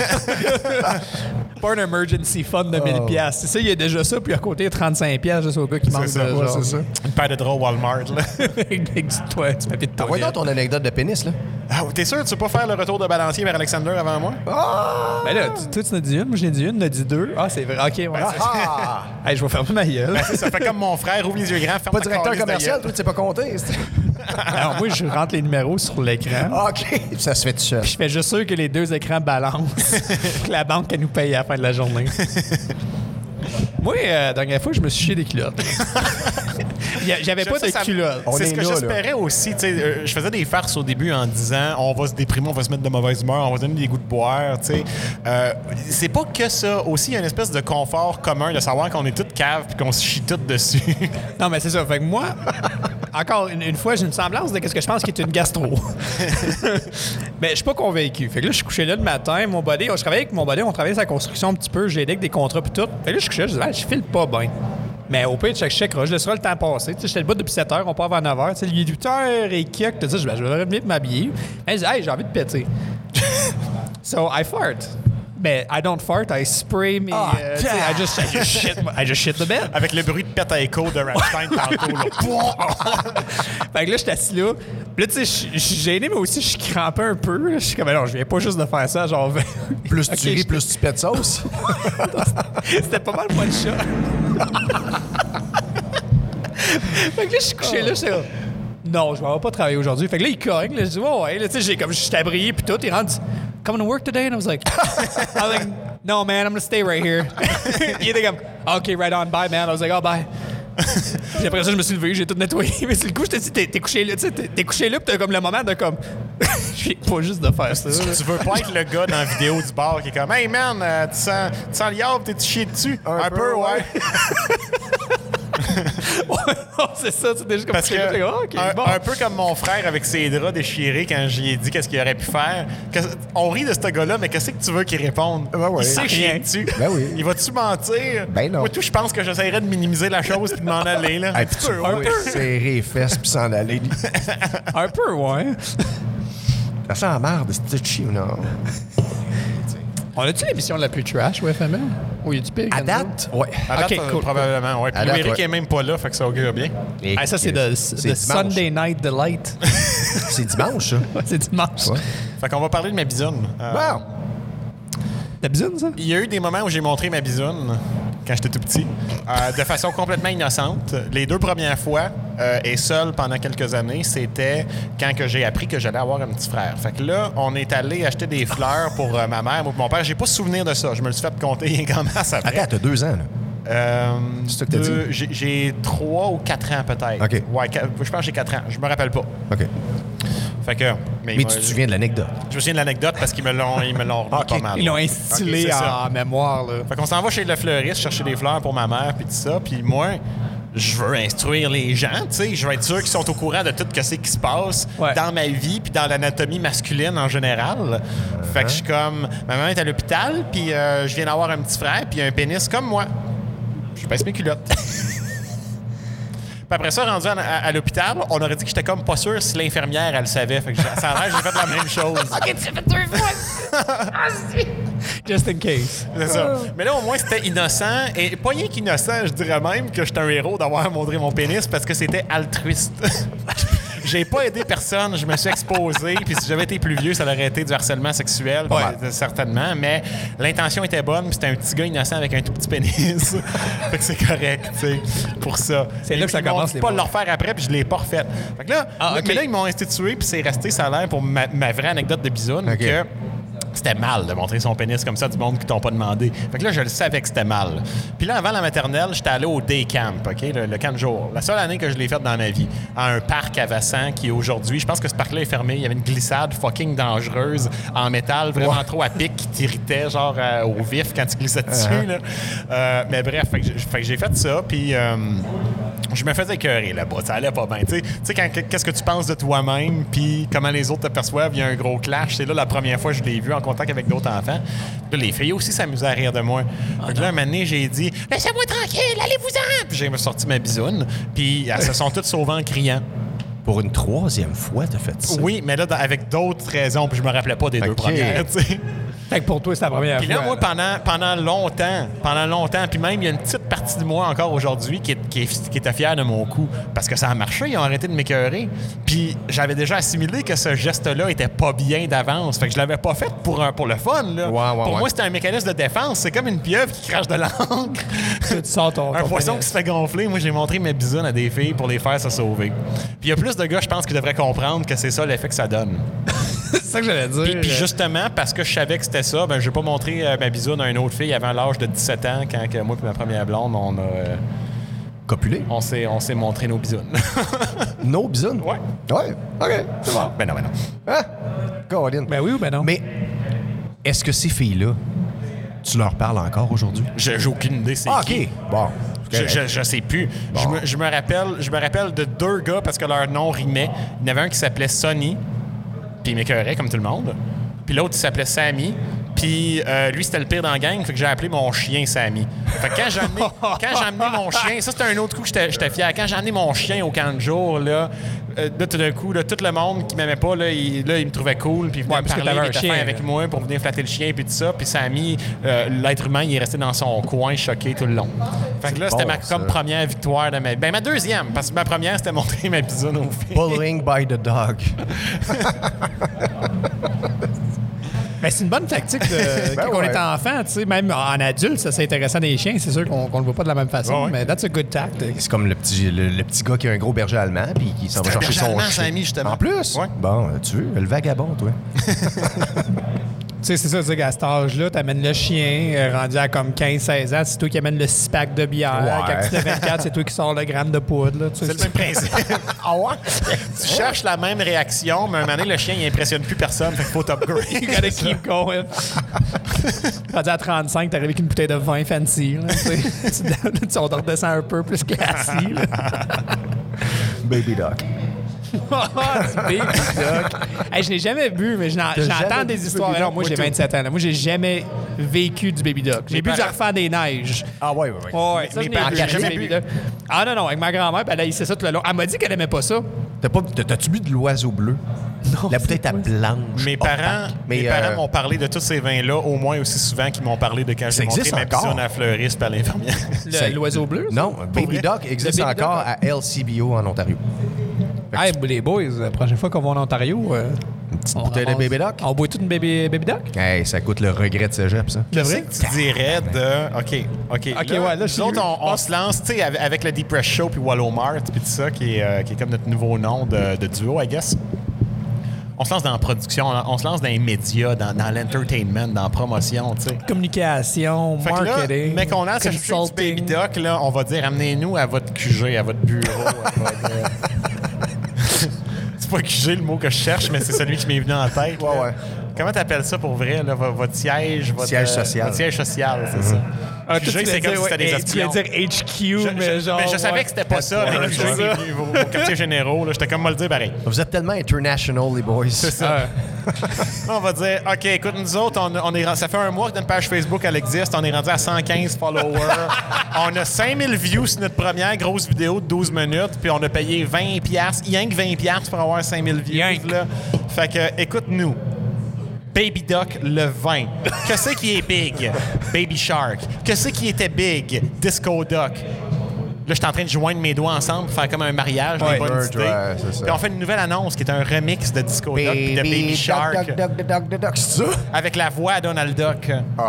Pas un emergency fund de mille piastres. C'est ça, il y a déjà ça, puis à côté, trente-cinq piastres juste au gars qui manque de ça, genre. ouais, c'est ça. Une paire de draps Walmart, là. Avec du toi, du papier de Ah ouais, toilette. donc ton anecdote de pénis, là. Ah, t'es sûr que tu veux pas faire le retour de balancier vers Alexander avant moi? Ben là, tu- toi, tu en as dit une, moi, j'en ai dit une, on a dit deux. Ah, c'est vrai. OK, ouais. Ah! Hey, je vais fermer ma gueule. Ben, ça fait comme mon frère, ouvre les yeux grands, ferme Pas ta directeur calisse de commercial, gueule. toi, tu sais pas compter. c'est- Alors, moi, je rentre les numéros sur l'écran. Ah, OK, ça se fait tout seul. Puis je fais juste sûr que les deux écrans balancent. Que la banque, elle nous paye à la fin de la journée. Moi, euh, la dernière fois, je me suis chié des culottes. Il y a- J'avais pas Ça, de ça- culottes. On C'est est ce que là, là. j'espérais aussi. tu sais, euh, je faisais des farces au début en disant on va se déprimer, on va se mettre de mauvaise humeur, on va se donner des goûts de boire. tu sais. Euh, c'est pas que ça. Aussi, il y a une espèce de confort commun de savoir qu'on est toutes caves puis qu'on se chie toutes dessus. Non, mais c'est ça. Fait que moi, encore une, une fois, j'ai une semblance de ce que je pense qui est une gastro. Mais je suis pas convaincu. Fait que là, je suis couché là le matin. Mon body, je travaillais avec mon body, on travaillait sa construction un petit peu. J'ai aidé avec des contrats et tout. Fait que là, je suis couché là, je disais, ah, je file pas bien. Mais au pire, chaque chèque, je laisserai le temps passer. J'étais le bout depuis sept heures, on part vers neuf heures. Il est huit heures et quelques. Je dis, ben, je vais revenir m'habiller. Elle dit, hey, j'ai envie de péter. So I fart. Mais I don't fart, I spray me. Oh, uh, I, just, I, just shit, I just shit the bed. Avec le bruit de pète à écho de Rammstein tantôt. Là. Fait que là, j'étais assis là. Puis là, tu sais, je suis gêné, mais aussi, je crampais un peu. Je suis comme, non, je viens pas juste de faire ça, genre. Plus tu okay, ris, plus tu pètes ça aussi. C'était pas mal moi le chat. Fait que là, je suis couché là, j'étais là. Non, je vais pas travailler aujourd'hui. Fait que là, il cogne. Là, je dis, oh, ouais, là, tu sais, j'ai comme, je suis abrié, puis tout. Il rentre, come to work today? And I was like, I was like, no, man, I'm gonna stay right here. Il était comme, OK, right on, bye, man. I was like, oh, bye. Puis après ça, je me suis levé, j'ai tout nettoyé. Mais c'est le coup, je t'ai dit, t'es, t'es couché là, tu sais, t'es, t'es couché là, puis t'as comme le moment de comme, je viens pas juste de faire ça. Tu, tu veux pas être le gars dans la vidéo du bar qui est comme, hey man, euh, tu sens, tu sens l'iable, t'es-tu chié dessus? Un, Un peu, peu, ouais. Ouais, non, c'est ça, tu t'es juste comme Parce que, là, oh, okay, un, bon. un peu comme mon frère avec ses draps déchirés quand j'y ai dit qu'est-ce qu'il aurait pu faire. Que, on rit de ce gars-là, mais qu'est-ce que tu veux qu'il réponde? Ben ouais. Il sait chier dessus. Ben oui. Il va-tu mentir? Ben non. Moi, tout, je pense que j'essaierais de minimiser la chose et de m'en aller. Là. Hey, puis tu un peux peu. serrer les fesses puis s'en aller. Un peu, ouais. Ça sent la merde, c'est touchy ou non? On a-tu l'émission la plus trash au F M L? Ou y a du pire? À date, ouais. À date, Ok, euh, cool, probablement, ouais. Puis À date, Eric ouais. est même pas là, fait que ça augure bien. Et Ah, ça, c'est que- de, c'est de dimanche. Sunday Night Delight. C'est dimanche, ça. Ouais, c'est dimanche. Ouais. Fait qu'on va parler de ma bisoune. Euh, Bon. T'as besoin, ça? Il y a eu des moments où j'ai montré ma bisoune quand j'étais tout petit, euh, de façon complètement innocente. Les deux premières fois, euh, et seul pendant quelques années, c'était quand que j'ai appris que j'allais avoir un petit frère. Fait que là, on est allé acheter des fleurs pour euh, ma mère ou pour mon père. J'ai pas souvenir de ça. Je me le suis fait compter quand même après. Attends, t'as deux ans, là. Euh, C'est ça que t'as deux- dit? J'ai, j'ai trois ou quatre ans peut-être. OK. Ouais, quatre- je pense que j'ai quatre ans. Je me rappelle pas. OK. Fait que, mais Mais il tu m'a- te souviens de l'anecdote? Je me souviens de l'anecdote parce qu'ils me l'ont, ils me l'ont remis OK. pas mal. Ils l'ont Ok, instillé c'est ça. en mémoire, là. Fait qu'on s'en va chez le fleuriste chercher des fleurs pour ma mère puis tout ça. Puis moi, je veux instruire les gens, tu sais. Je veux être sûr qu'ils sont au courant de tout ce qui se passe Ouais. dans ma vie puis dans l'anatomie masculine en général. Fait que je suis comme... Ma maman est à l'hôpital puis euh, je viens d'avoir un petit frère puis il a un pénis comme moi. Je baisse mes culottes. Puis après ça, rendu à, à- à l'hôpital, on aurait dit que j'étais comme pas sûr si l'infirmière, elle le savait. Fait que j'ai- ça a l'air que j'ai fait la même chose. OK, tu l'as fait deux fois! Just in case. C'est ça. Mais là, au moins, c'était innocent. Et pas rien qu'innocent, je dirais même que j'étais un héros d'avoir montré mon pénis parce que c'était altruiste. J'ai pas aidé personne, je me suis exposé. Puis si j'avais été plus vieux, ça aurait été du harcèlement sexuel, Ouais. euh, certainement. Mais l'intention était bonne, puis c'était un petit gars innocent avec un tout petit pénis. Fait que c'est correct, tu sais, pour ça. C'est là que ça Ils m'ont commence, dit les pas mots. le refaire après, puis je l'ai pas refait. Fait que là, Ah, ok. mais là, ils m'ont institué, puis c'est resté, ça a l'air pour ma, ma vraie anecdote de bisoune, Ok. que c'était mal de montrer son pénis comme ça à du monde qui t'ont pas demandé. Fait que là, je le savais que c'était mal. Puis là, avant la maternelle, j'étais allé au day camp, OK? Le, le camp de jour. La seule année que je l'ai faite dans ma vie. À un parc à Vassan qui, aujourd'hui, je pense que ce parc-là est fermé. Il y avait une glissade fucking dangereuse en métal, vraiment Ouais. trop à pic, qui t'irritait, genre euh, au vif quand tu glissais dessus. Uh-huh. là. Euh, mais bref, fait que j'ai, fait que j'ai fait ça. Puis euh, je me faisais écœurer là-bas. Ça allait pas bien. Tu sais- tu sais, quand- qu'est-ce que tu penses de toi-même, puis comment les autres te perçoivent, il y a un gros clash. C'est là la première fois que je l'ai vu en contact avec d'autres enfants. Puis là, les filles aussi s'amusaient à rire de moi. Fait que là, un moment donné, j'ai dit « Laissez-moi tranquille, allez-vous-en! » Puis j'ai sorti ma bisoune. Puis elles se sont toutes sauvées en criant. Pour une troisième fois, t'as fait ça? Oui, mais là, dans- avec d'autres raisons. Puis je me rappelais pas des deux Ok. premières, tu sais. Fait que pour toi, c'est la première Puis fois. là, moi, pendant, pendant longtemps, pendant longtemps, puis même, il y a une petite partie de moi encore aujourd'hui qui, est, qui, est- qui était fière de mon coup. Parce que ça a marché, ils ont arrêté de m'écœurer. Puis j'avais déjà assimilé que ce geste-là était pas bien d'avance. Fait que je l'avais pas fait pour, un, pour le fun, là. Ouais, ouais, pour ouais. moi, c'était un mécanisme de défense. C'est comme une pieuvre qui crache de l'encre. Tu sors ton, Un ton poisson pénis. qui se fait gonfler. Moi, j'ai montré mes bisounes à des filles pour les faire se sauver. Puis il y a plus de gars, je pense, qui devraient comprendre que c'est ça l'effet que ça donne. C'est ça que j'allais dire. Puis, puis justement, parce que je savais que c'était ça, ben, je n'ai pas montré euh, ma bisoune à une autre fille avant l'âge de dix-sept ans, quand que moi et ma première blonde, on, a, euh, Copulé? on, s'est, on s'est montré nos bisounes. No bisounes? Ouais. Ouais. OK. C'est bon. ben non, ben non. Hein? Caroline. Ben oui ou ben non? Mais est-ce que ces filles-là, tu leur parles encore aujourd'hui? J'ai, j'ai aucune idée c'est Ah, qui. OK. Bon. Parce Je, je, je sais plus. Bon. Je, me, je, me rappelle, je me rappelle de deux gars parce que leur nom rimait. Il y en avait un qui s'appelait Sonny, puis il m'écœurait comme tout le monde. Puis l'autre, il s'appelait Sammy. Puis euh, lui, c'était le pire dans la gang, fait que j'ai appelé mon chien Sammy. Fait que quand j'ai amené, quand j'ai amené mon chien, ça c'était un autre coup que j'étais, j'étais fier. Quand j'ai amené mon chien au camp de jour, là, euh, là tout d'un coup, là, tout le monde qui m'aimait pas, là, il, là, il me trouvait cool, puis il venait Ouais, me parce que parler, t'avais il un était chien, fin avec là. moi pour venir flatter le chien, puis tout ça. Puis Sammy, euh, l'être humain, il est resté dans son coin, choqué tout le long. Fait que là, c'était bon, ma ça. comme première victoire de ma Ben, ma deuxième, parce que ma première, c'était montrer ma bisoune aux filles. Bullying by the dog. Ben, c'est une bonne tactique de, Ben quand on ouais. est enfant, tu sais, même en adulte, ça c'est intéressant des chiens, c'est sûr qu'on, qu'on le voit pas de la même façon, Ouais, ouais. mais that's a good tactic. C'est comme le petit, le, le petit gars qui a un gros berger allemand puis qui s'en va C'est un chercher berger son allemand, chien. Sammy, justement. En plus? Ouais. Bon, tu veux, le vagabond, toi. Tu sais, c'est ça, tu sais, qu'à cet âge-là, t'amènes le chien, euh, rendu à comme quinze seize ans, c'est toi qui amènes le six pack de bière. Ouais. Quand tu fais vingt-quatre, c'est toi qui sors le gramme de poudre. Là, tu sais, C'est le même principe. Ah ouais? Tu cherches la même réaction, mais un moment donné, le chien, il impressionne plus personne, fait qu'il faut t'upgrade. You gotta keep going. Rendu à trente-cinq, t'arrives avec une bouteille de vin fancy. Là, tu sais. Tu- tu- on te redescend un peu plus classique. là. Baby dog. Du Baby Doc. Hey, je l'ai jamais bu, mais j'en- T'as j'entends jamais des bu du histoires. Baby Non, Doc, moi, j'ai moi, tout. vingt-sept ans. là. Moi, j'ai jamais vécu du Baby Doc. J'ai Mes bu du parents- Arfan des Neiges. Ah ouais, ouais, ouais. Ouais, ouais, ça, mes je l'ai parents- bu, j'ai j'ai jamais Baby bu. Doc. Ah non, non, avec ma grand-mère, puis elle a essayé ça tout le long. Elle m'a dit qu'elle aimait pas ça. T'as pas, t'as- t'as-tu bu de l'oiseau bleu? Non, La bouteille c'est à quoi? blanche. Mes parents, opaque. Mais, mes euh, parents m'ont parlé de tous ces vins-là au moins aussi souvent qu'ils m'ont parlé de quand Ça j'ai montré existe ma encore? bisoune à la fleuriste par l'infirmière. Le- c'est- L'oiseau bleu? ça? Non, Baby vrai? Doc existe Le Baby Doc, encore hein? à L C B O en Ontario. Hey, les boys, la prochaine fois qu'on va en Ontario, euh, petite on bouteille de ramasse- Baby Doc? On boit toute une Baby, baby Doc? Hey, ça coûte le regret de cégep, ça. C'est vrai? Qu'est-ce que tu dirais de. OK, OK. OK, ouais, là, je suis nous autres, curieux. on, on se lance, tu sais, avec, avec le Deep Press Show puis Walmart puis tout ça, qui est, euh, qui est comme notre nouveau nom de, de duo, I guess. On se lance dans la production, on se lance dans les médias, dans, dans l'entertainment, dans la promotion, tu sais. Communication, Fait que là, marketing, mais qu'on lance un truc du consulting. Baby Doc, là, on va dire amenez-nous à votre Q G, à votre bureau. à votre, euh, c'est pas Q G le mot que je cherche, mais c'est celui qui m'est venu en tête. là. Ouais, ouais. Comment t'appelles ça pour vrai, là, vo- votre siège? Votre, Siège euh, social. Votre siège social, c'est ça. Ah, Q toi, G, tu c'est voulais comme si dire, c'était des ouais, Tu espions. voulais dire H Q, Je, mais je- genre... mais je savais ouais. que c'était pas ça, mais Ouais, Q G, c'est c'est venu vos, vos quartiers généraux. là. J'étais comme moi le dire pareil. Vous êtes tellement international, les boys. C'est ça. On va dire, OK, écoute, nous autres, on, on est, ren- ça fait un mois que notre page Facebook, elle existe. On est rendu à cent quinze followers. On a cinq mille views sur notre première grosse vidéo de douze minutes, puis on a payé vingt piastres, rien que vingt piastres pour avoir cinq mille views. Rien que. Là. Fait que, écoute-nous. Baby Doc, le vin. Qu'est-ce qui est big? Baby Shark. Qu'est-ce qui était big? Disco Doc. Là, je suis en train de joindre mes doigts ensemble pour faire comme un mariage, des Ouais. bonnes Merge, idées. ouais, c'est ça. Puis on fait une nouvelle annonce qui est un remix de Disco Doc puis de Baby Shark Duck, duck, duck, duck, duck, duck, c'est ça? avec la voix à Donald Duck.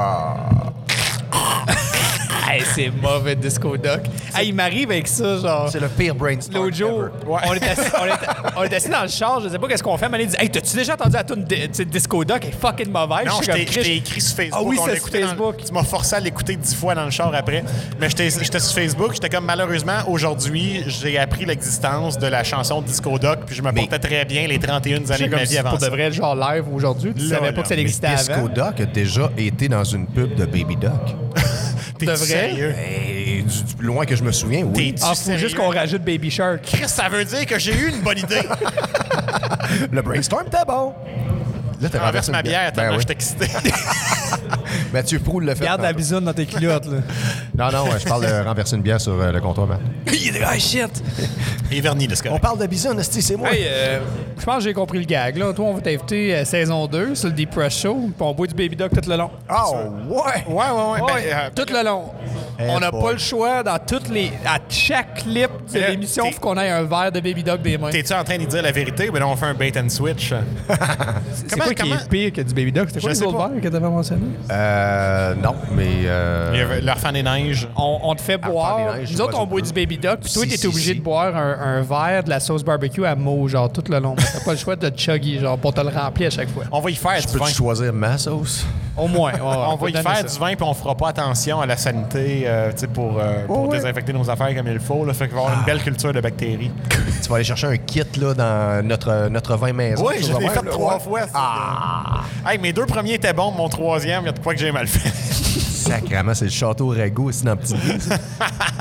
Hey, c'est mauvais Disco Doc. Hey, il m'arrive avec ça, genre... C'est le pire brainstorm L'autre jour, ever. Ouais. on, est assis, on, est, on est assis dans le char, je sais pas qu'est-ce qu'on fait, mais elle dit « Hey, t'as-tu déjà entendu la tune de- tu sais, Disco Doc? Elle est fucking mauvaise. » Non, suis je t'ai comme, je t'ai écrit sur Facebook. Ah oui, on c'est l'a sur écouté dans- Facebook. tu m'as forcé à l'écouter dix fois dans le char après. Mais j'étais j'étais sur Facebook. J'étais comme, malheureusement, aujourd'hui, j'ai appris l'existence de la chanson Disco Doc, puis je me portais très bien les trente et une années C'est de comme ma si vie avant pour de ça. vrai, genre live aujourd'hui, tu Là, savais là. pas que ça Mais existait Disco avant. Doc a déjà été dans une pub de Baby Doc. T'es-tu de vrai? sérieux? Et du, du plus loin que je me souviens, oui. T'es-tu Ah, faut sérieux? juste qu'on rajoute Baby Shark. Chris, ça veut dire que j'ai eu une bonne idée. Le brainstorm, t'es bon. Là, t'as Je renverse ma une bière Ben tellement oui. j'étais excité. Mathieu Proulx le fait. Garde la tantôt. bisoune dans tes culottes, là. Non, non, ouais, je parle de renverser une bière sur euh, le comptoir, man. Ah, shit! Et vernis, le On score. parle de bison, esti, c'est moi. Hey, euh, je pense que j'ai compris le gag, là. Toi, on va t'inviter à saison deux sur le Deep Press Show, puis on boit du Baby Doc tout le long. Oh, ouais. Ouais, ouais, ouais. ben, Ouais, euh, tout le long. Eh on n'a boy. pas le choix dans toutes les. À chaque clip de Mais là, l'émission, il t'es- faut qu'on ait un verre de Baby Doc des mains. T'es-tu en train de dire la vérité? Ben là, on fait un bait and switch. C'est comment- quoi qui comment- est pire que du Baby Doc? C'était quoi Je les sais autres pas. verres que t'avais mentionné? Euh, non, mais. Euh... Il y avait L'Enfant des Neiges. On, on te fait boire. faire des neiges, Nous je autres, vois on ça boit plus. du Baby Doc. Puis toi, Si, t'es si, obligé si. de boire un, un verre de la sauce barbecue à mots, genre tout le long. T'as pas le choix de te chuggy, genre, pour te le remplir à chaque fois. On va y faire Je du peux vin. choisir ma sauce? Au moins. ouais, ouais, On va peut y donner faire ça. du vin, puis on fera pas attention à la sanité euh, tu sais, pour, euh, pour Oh, ouais. désinfecter nos affaires comme il faut. Là, fait qu'il va y avoir une belle culture de bactéries. Tu vas aller chercher un kit là, dans notre, notre vin maison. Oui, tu je vas l'ai voir, fait là, trois ouais. fois. ça. Ah! Hey, mes deux premiers étaient bons, mon troisième, il y a de quoi que j'ai mal fait. Sacrément, c'est le château Rago ici dans le petit bout.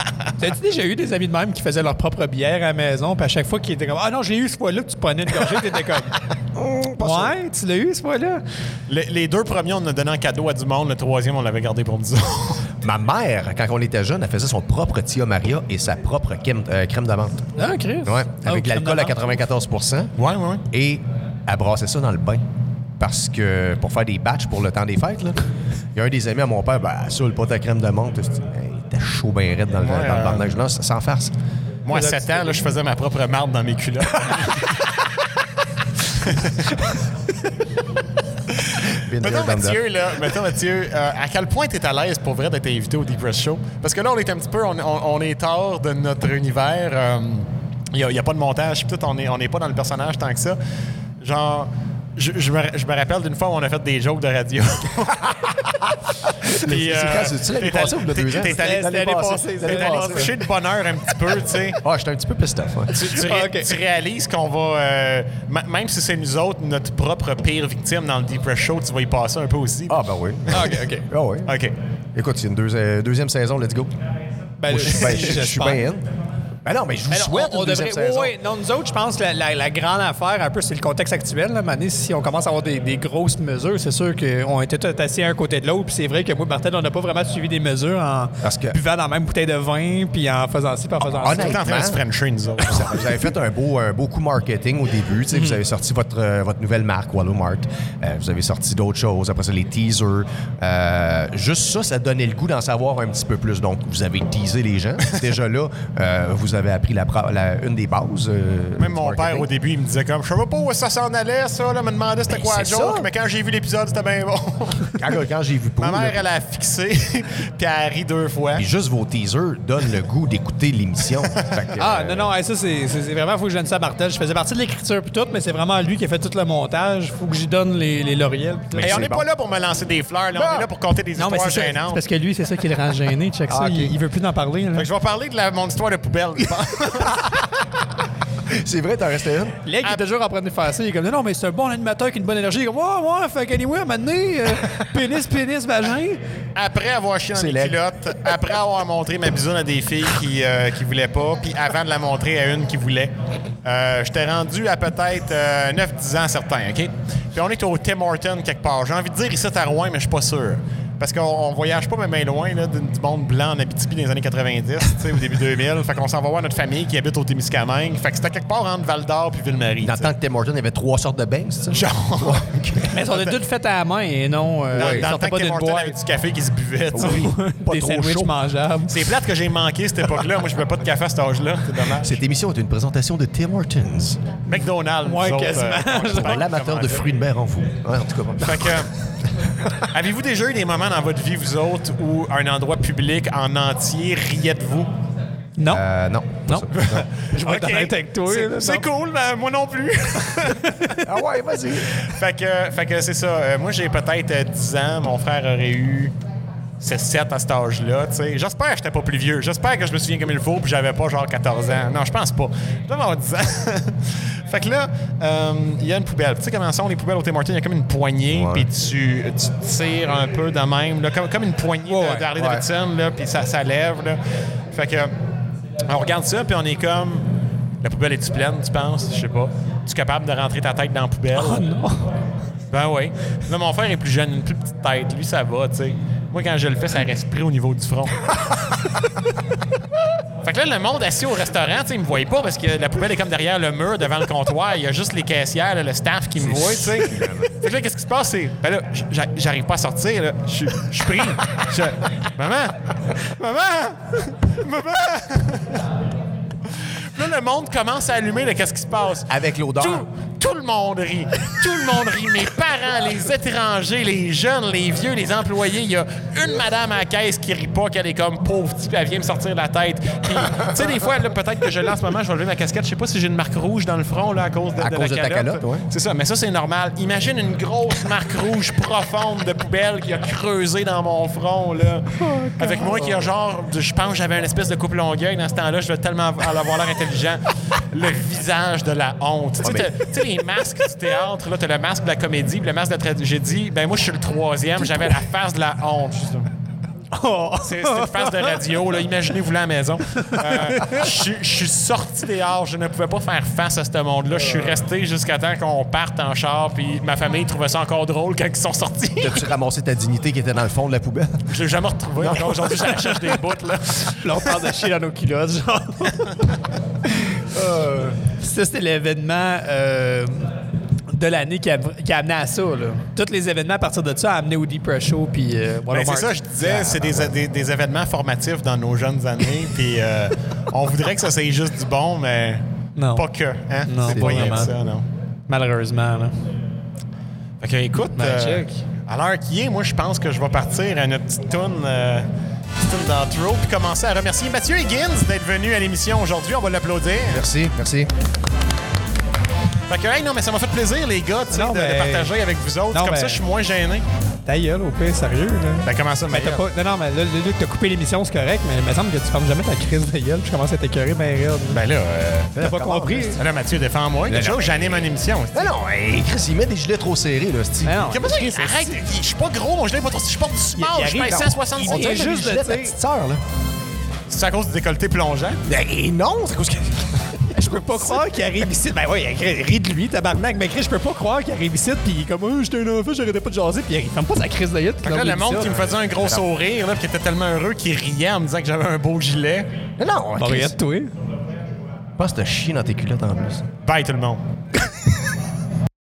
T'as-tu déjà eu des amis de même qui faisaient leur propre bière à la maison, puis à chaque fois qu'ils étaient comme « Ah non, j'ai eu ce fois-là que tu prenais une gorgée, t'étais comme... » Ouais, tu l'as eu ce fois-là? Les, les deux premiers, on en a donné en cadeau à du monde. Le troisième, on l'avait gardé pour nous autres. Ma mère, quand on était jeune, elle faisait son propre Tia Maria et sa propre crème, euh, crème de menthe. Ah, Chris. Ouais, Ah, avec crème l'alcool de à menthe. quatre-vingt-quatorze pour cent. Ouais, ouais. Et elle brassait ça dans le bain. Parce que pour faire des batchs pour le temps des fêtes, là, il y a un des amis à mon père, ben, saoule pas ta crème de menthe. Hey, il était chaud ben raide dans le, Ouais, dans le euh... barnage. Non, sans farce. Moi, à sept ans, là, je faisais ma propre marde dans mes culottes. Mettons, Mathieu, là, mettons, Mathieu, euh, à quel point tu es à l'aise pour vrai d'être invité au Deep Press Show? Parce que là, on est un petit peu, on, on, on est hors de notre univers. Il euh, n'y a, a pas de montage, puis tout, on n'est on est pas dans le personnage tant que ça. Genre, je, je, me, je me rappelle d'une fois où on a fait des jokes de radio. Puis, euh, c'est quand? C'est-tu l'année passée ou le deux ans? T'es allé, l'année passée. t'es allé te coucher de bonne heure un petit peu, tu sais. Ah, j'étais un petit peu pissed off. Ouais. Tu, tu, ré, Ah, okay. tu réalises qu'on va... Euh, m- même si c'est nous autres, notre propre pire victime dans le Deep Press Show, tu vas y passer un peu aussi. Ah, ben oui. Ah, OK, OK. Ah, oui. OK. Écoute, c'est une deux, deuxième saison, let's go. Ben, Moi, je suis ben, je- je suis bien in. Ben non, mais je vous Ben non, souhaite on, on une deuxième devrait, saison. oui, non, nous autres, je pense que la, la, la grande affaire, un peu, c'est le contexte actuel. Là, Mané, si on commence à avoir des, des grosses mesures, c'est sûr qu'on était tous assis un côté de l'autre. Puis c'est vrai que moi, Martin, on n'a pas vraiment suivi des mesures en Parce que- buvant dans la même bouteille de vin, puis en faisant ci, puis en faisant ça. On est en train de se frencher, nous autres. Vous avez fait un beau, un beau coup marketing au début. tu sais, Mm-hmm. Vous avez sorti votre, euh, votre nouvelle marque, Walmart. Euh, vous avez sorti d'autres choses. Après ça, les teasers. Euh, juste ça, ça donnait le goût d'en savoir un petit peu plus. Donc, vous avez teasé les gens. Déjà là, euh, vous avez appris la, la, une des bases. Euh, Même mon père, au début, il me disait comme, je savais pas où ça s'en allait, ça, là, me demandait c'était Ben, quoi la c'est joke, ça. mais quand j'ai vu l'épisode, c'était bien bon. quand, quand j'ai vu Pooh, Ma là, mère, elle a fixé, puis elle a ri deux fois. puis juste vos teasers donnent le goût d'écouter l'émission. Fait que, Ah, euh, non, non, hey, ça, c'est c'est- c'est vraiment, il faut que je donne ça à Martel. Je faisais partie de l'écriture puis tout, mais c'est vraiment lui qui a fait tout le montage. Faut que j'y donne les, les lauriels. puis tout. Mais Et on c'est n'est bon. pas là pour me lancer des fleurs, là, on est là pour compter des Non, mais histoires c'est ça, c'est gênantes. parce que lui, c'est ça qui le rend gêné. Check ça, Ah, ok. il, il veut plus en parler. Là. Fait que je vais parler de la, mon histoire de poubelle. je pense. C'est vrai, t'en restais une? L'aigle est toujours en train de faire ça. Il est comme, non, non, mais c'est un bon animateur qui a une bonne énergie. Il est comme, ouais, ouais, fait qu'anyway, à un moment donné, euh, pénis, pénis, vagin. Après avoir chié dans C'est mes laid. culottes, après avoir montré ma bisoune à des filles qui, euh, qui voulaient pas, puis avant de la montrer à une qui voulait, euh, j'étais rendu à peut-être euh, neuf dix ans certains, OK? Puis on est au Tim Hortons quelque part. J'ai envie de dire ici à Rouen, mais je suis pas sûr. Parce qu'on on voyage pas même bien loin là, du monde blanc en Abitibi dans les années quatre-vingt-dix, tu sais, au début deux mille. Fait qu'on s'en va voir notre famille qui habite au Témiscamingue. Fait que c'était quelque part entre Val-d'Or puis Ville-Marie. Dans le tu sais. temps que Tim Hortons, il y avait trois sortes de banks, c'est ça? Genre, Mais ils sont toutes faites à la main et non. Euh, dans, ils dans le sortaient temps pas que Tim d'une Hortons boîte. avait du café qui se buvait, tu sais. Pas Des trop sandwichs chaud. mangeables. C'est plate que j'ai manqué cette époque-là. Moi, je buvais pas de café à cet âge-là. C'est dommage. Cette émission est une présentation de Tim Hortons. McDonald's. Ouais, nous autres, quasiment. euh, on sait pas Pour l'amateur de comment fruits de mer en fou. Ouais, en tout cas, Fait que, avez-vous déjà eu des moments dans votre vie, vous autres, où un endroit public en entier riait de vous? Non. euh, non. Non. pas ça. Je vais être Ok. honnête avec toi. C'est, là, c'est non. cool, mais moi non plus. Ah ouais, vas-y. fait, que, fait que c'est ça. Euh, moi, j'ai peut-être euh, dix ans. Mon frère aurait eu six sept à cet âge-là. T'sais. J'espère que j'étais pas plus vieux. J'espère que je me souviens comme il faut puis j'avais pas genre quatorze ans. Non, je pense pas. Je dois avoir dix ans. Fait que là, euh, il y a une poubelle. Tu sais comment sont les poubelles au Tim Hortons? Il y a comme une poignée, Ouais. puis tu, tu tires un peu de même, là, comme, comme une poignée Ouais, de, ouais. de Harley Ouais. Davidson, là, puis ça, ça lève. Là. Fait que, on regarde ça, puis on est comme... La poubelle est-tu pleine, tu penses? Je sais pas. Tu es capable de rentrer ta tête dans la poubelle? Oh non. Ben oui. Là, mon frère est plus jeune, une plus petite tête. Lui, ça va, tu sais. Moi, quand je le fais, ça reste pris au niveau du front. Fait que là, le monde assis au restaurant, tu sais, il me voyait pas parce que la poubelle est comme derrière le mur, devant le comptoir. Il y a juste les caissières, là, le staff qui me voit, tu sais. Fait que là, qu'est-ce qui se passe? C'est, ben là, j'a- j'arrive pas à sortir, là. Je je suis pris. Je- Maman! Maman! Maman! Puis là, le monde commence à allumer, là, qu'est-ce qui se passe? Avec l'odeur. Tout, tout le monde rit. Tout le monde rit. Mes parents, les étrangers, les jeunes, les vieux, les employés. Il y a une madame à la caisse qui rit pas, qu'elle est comme pauvre type, elle vient me sortir la tête. Puis, tu sais, des fois, là, peut-être que je l'ai en ce moment, je vais lever ma casquette. Je sais pas si j'ai une marque rouge dans le front, là, à cause de, À de cause la de ta calotte, ouais. C'est ça, mais ça, c'est normal. Imagine une grosse marque rouge profonde de poubelle qui a creusé dans mon front, là. Avec moi qui a genre, je pense que j'avais une espèce de coupe longueuil dans ce temps-là, je vais tellement avoir l'air intelligent. Le visage de la honte. Tu sais, mais- t'as- tu sais, les masques du théâtre, là, t'as le masque de la comédie, puis le masque de la tragédie. Ben moi, je suis le troisième, j'avais la face de la honte. Je suis Oh. C'est c'est une face de radio, là. Imaginez-vous là à la maison. Euh, Je je suis sorti dehors, je ne pouvais pas faire face à ce monde-là. Je suis resté jusqu'à temps qu'on parte en char, puis ma famille trouvait ça encore drôle quand ils sont sortis. T'as-tu ramassé ta dignité qui était dans le fond de la poubelle? Je l'ai jamais retrouvé. Encore aujourd'hui, je la cherche des bouts, là. Là, on parle de chier dans nos culottes, genre. euh, ça, c'était l'événement euh, de l'année qui a, qui a amené à ça. Là. Tous les événements à partir de ça ont amené au Deep Press Show. Puis, euh, Ben, c'est ça, je disais, c'est des, des, des événements formatifs dans nos jeunes années. Puis euh, on voudrait que ça soit juste du bon, mais Non. pas que. Hein? Non, c'est pas pas rien que vraiment. ça, non. Malheureusement. Là. Fait que, écoute, Ben, euh, check. à l'heure qui est, moi, je pense que je vais partir à notre petite toune, euh, petite toune d'intro, puis commencer à remercier Mathieu Higgins d'être venu à l'émission aujourd'hui. On va l'applaudir. Merci, merci. Fait que, hey, non, mais ça m'a fait plaisir, les gars, tu sais, de, Non, de mais- partager avec vous autres. Non, Comme mais- ça, je suis moins gêné. Ta gueule, au pire, sérieux. Là. Ben, comment ça, Mais ma t'as gueule? pas... Non, non, mais là, Luc, t'as coupé l'émission, c'est correct, mais il me semble que tu fermes jamais ta crise de gueule, puis je commence à t'écœurer bien raide. Ben là, euh, T'as pas compris? ben là, Mathieu, défends-moi. Ben Déjà, non, j'anime une émission. Non, non, hey, Chris, il met des gilets trop serrés, là, Steve. Mais non, Comment ça? Chris, c'est- Arrête, je suis pas gros, mon gilet est pas trop. Je porte du sport, Il- il je arrive, pèse non. cent soixante-six. On dirait juste juste de de la dire- petite sœur, là. C'est à cause du décolleté plongeant. Ben non, c'est à cause que... Je peux pas croire qu'il arrive ici. Ben oui, il rit de lui, tabarnak. Mais Chris, je peux pas croire qu'il arrive ici, puis il est comme, oh, j'étais un enfant, j'arrêtais pas de jaser, puis il ferme pas sa crise de gueule. Fait que là, le monde qui me faisait un gros sourire, là, puis qui était tellement heureux qu'il riait en me disant que j'avais un beau gilet. Non, non, Bon, Chris, regarde, toi. je pense que t'as chié dans tes culottes en plus. Bye tout le monde.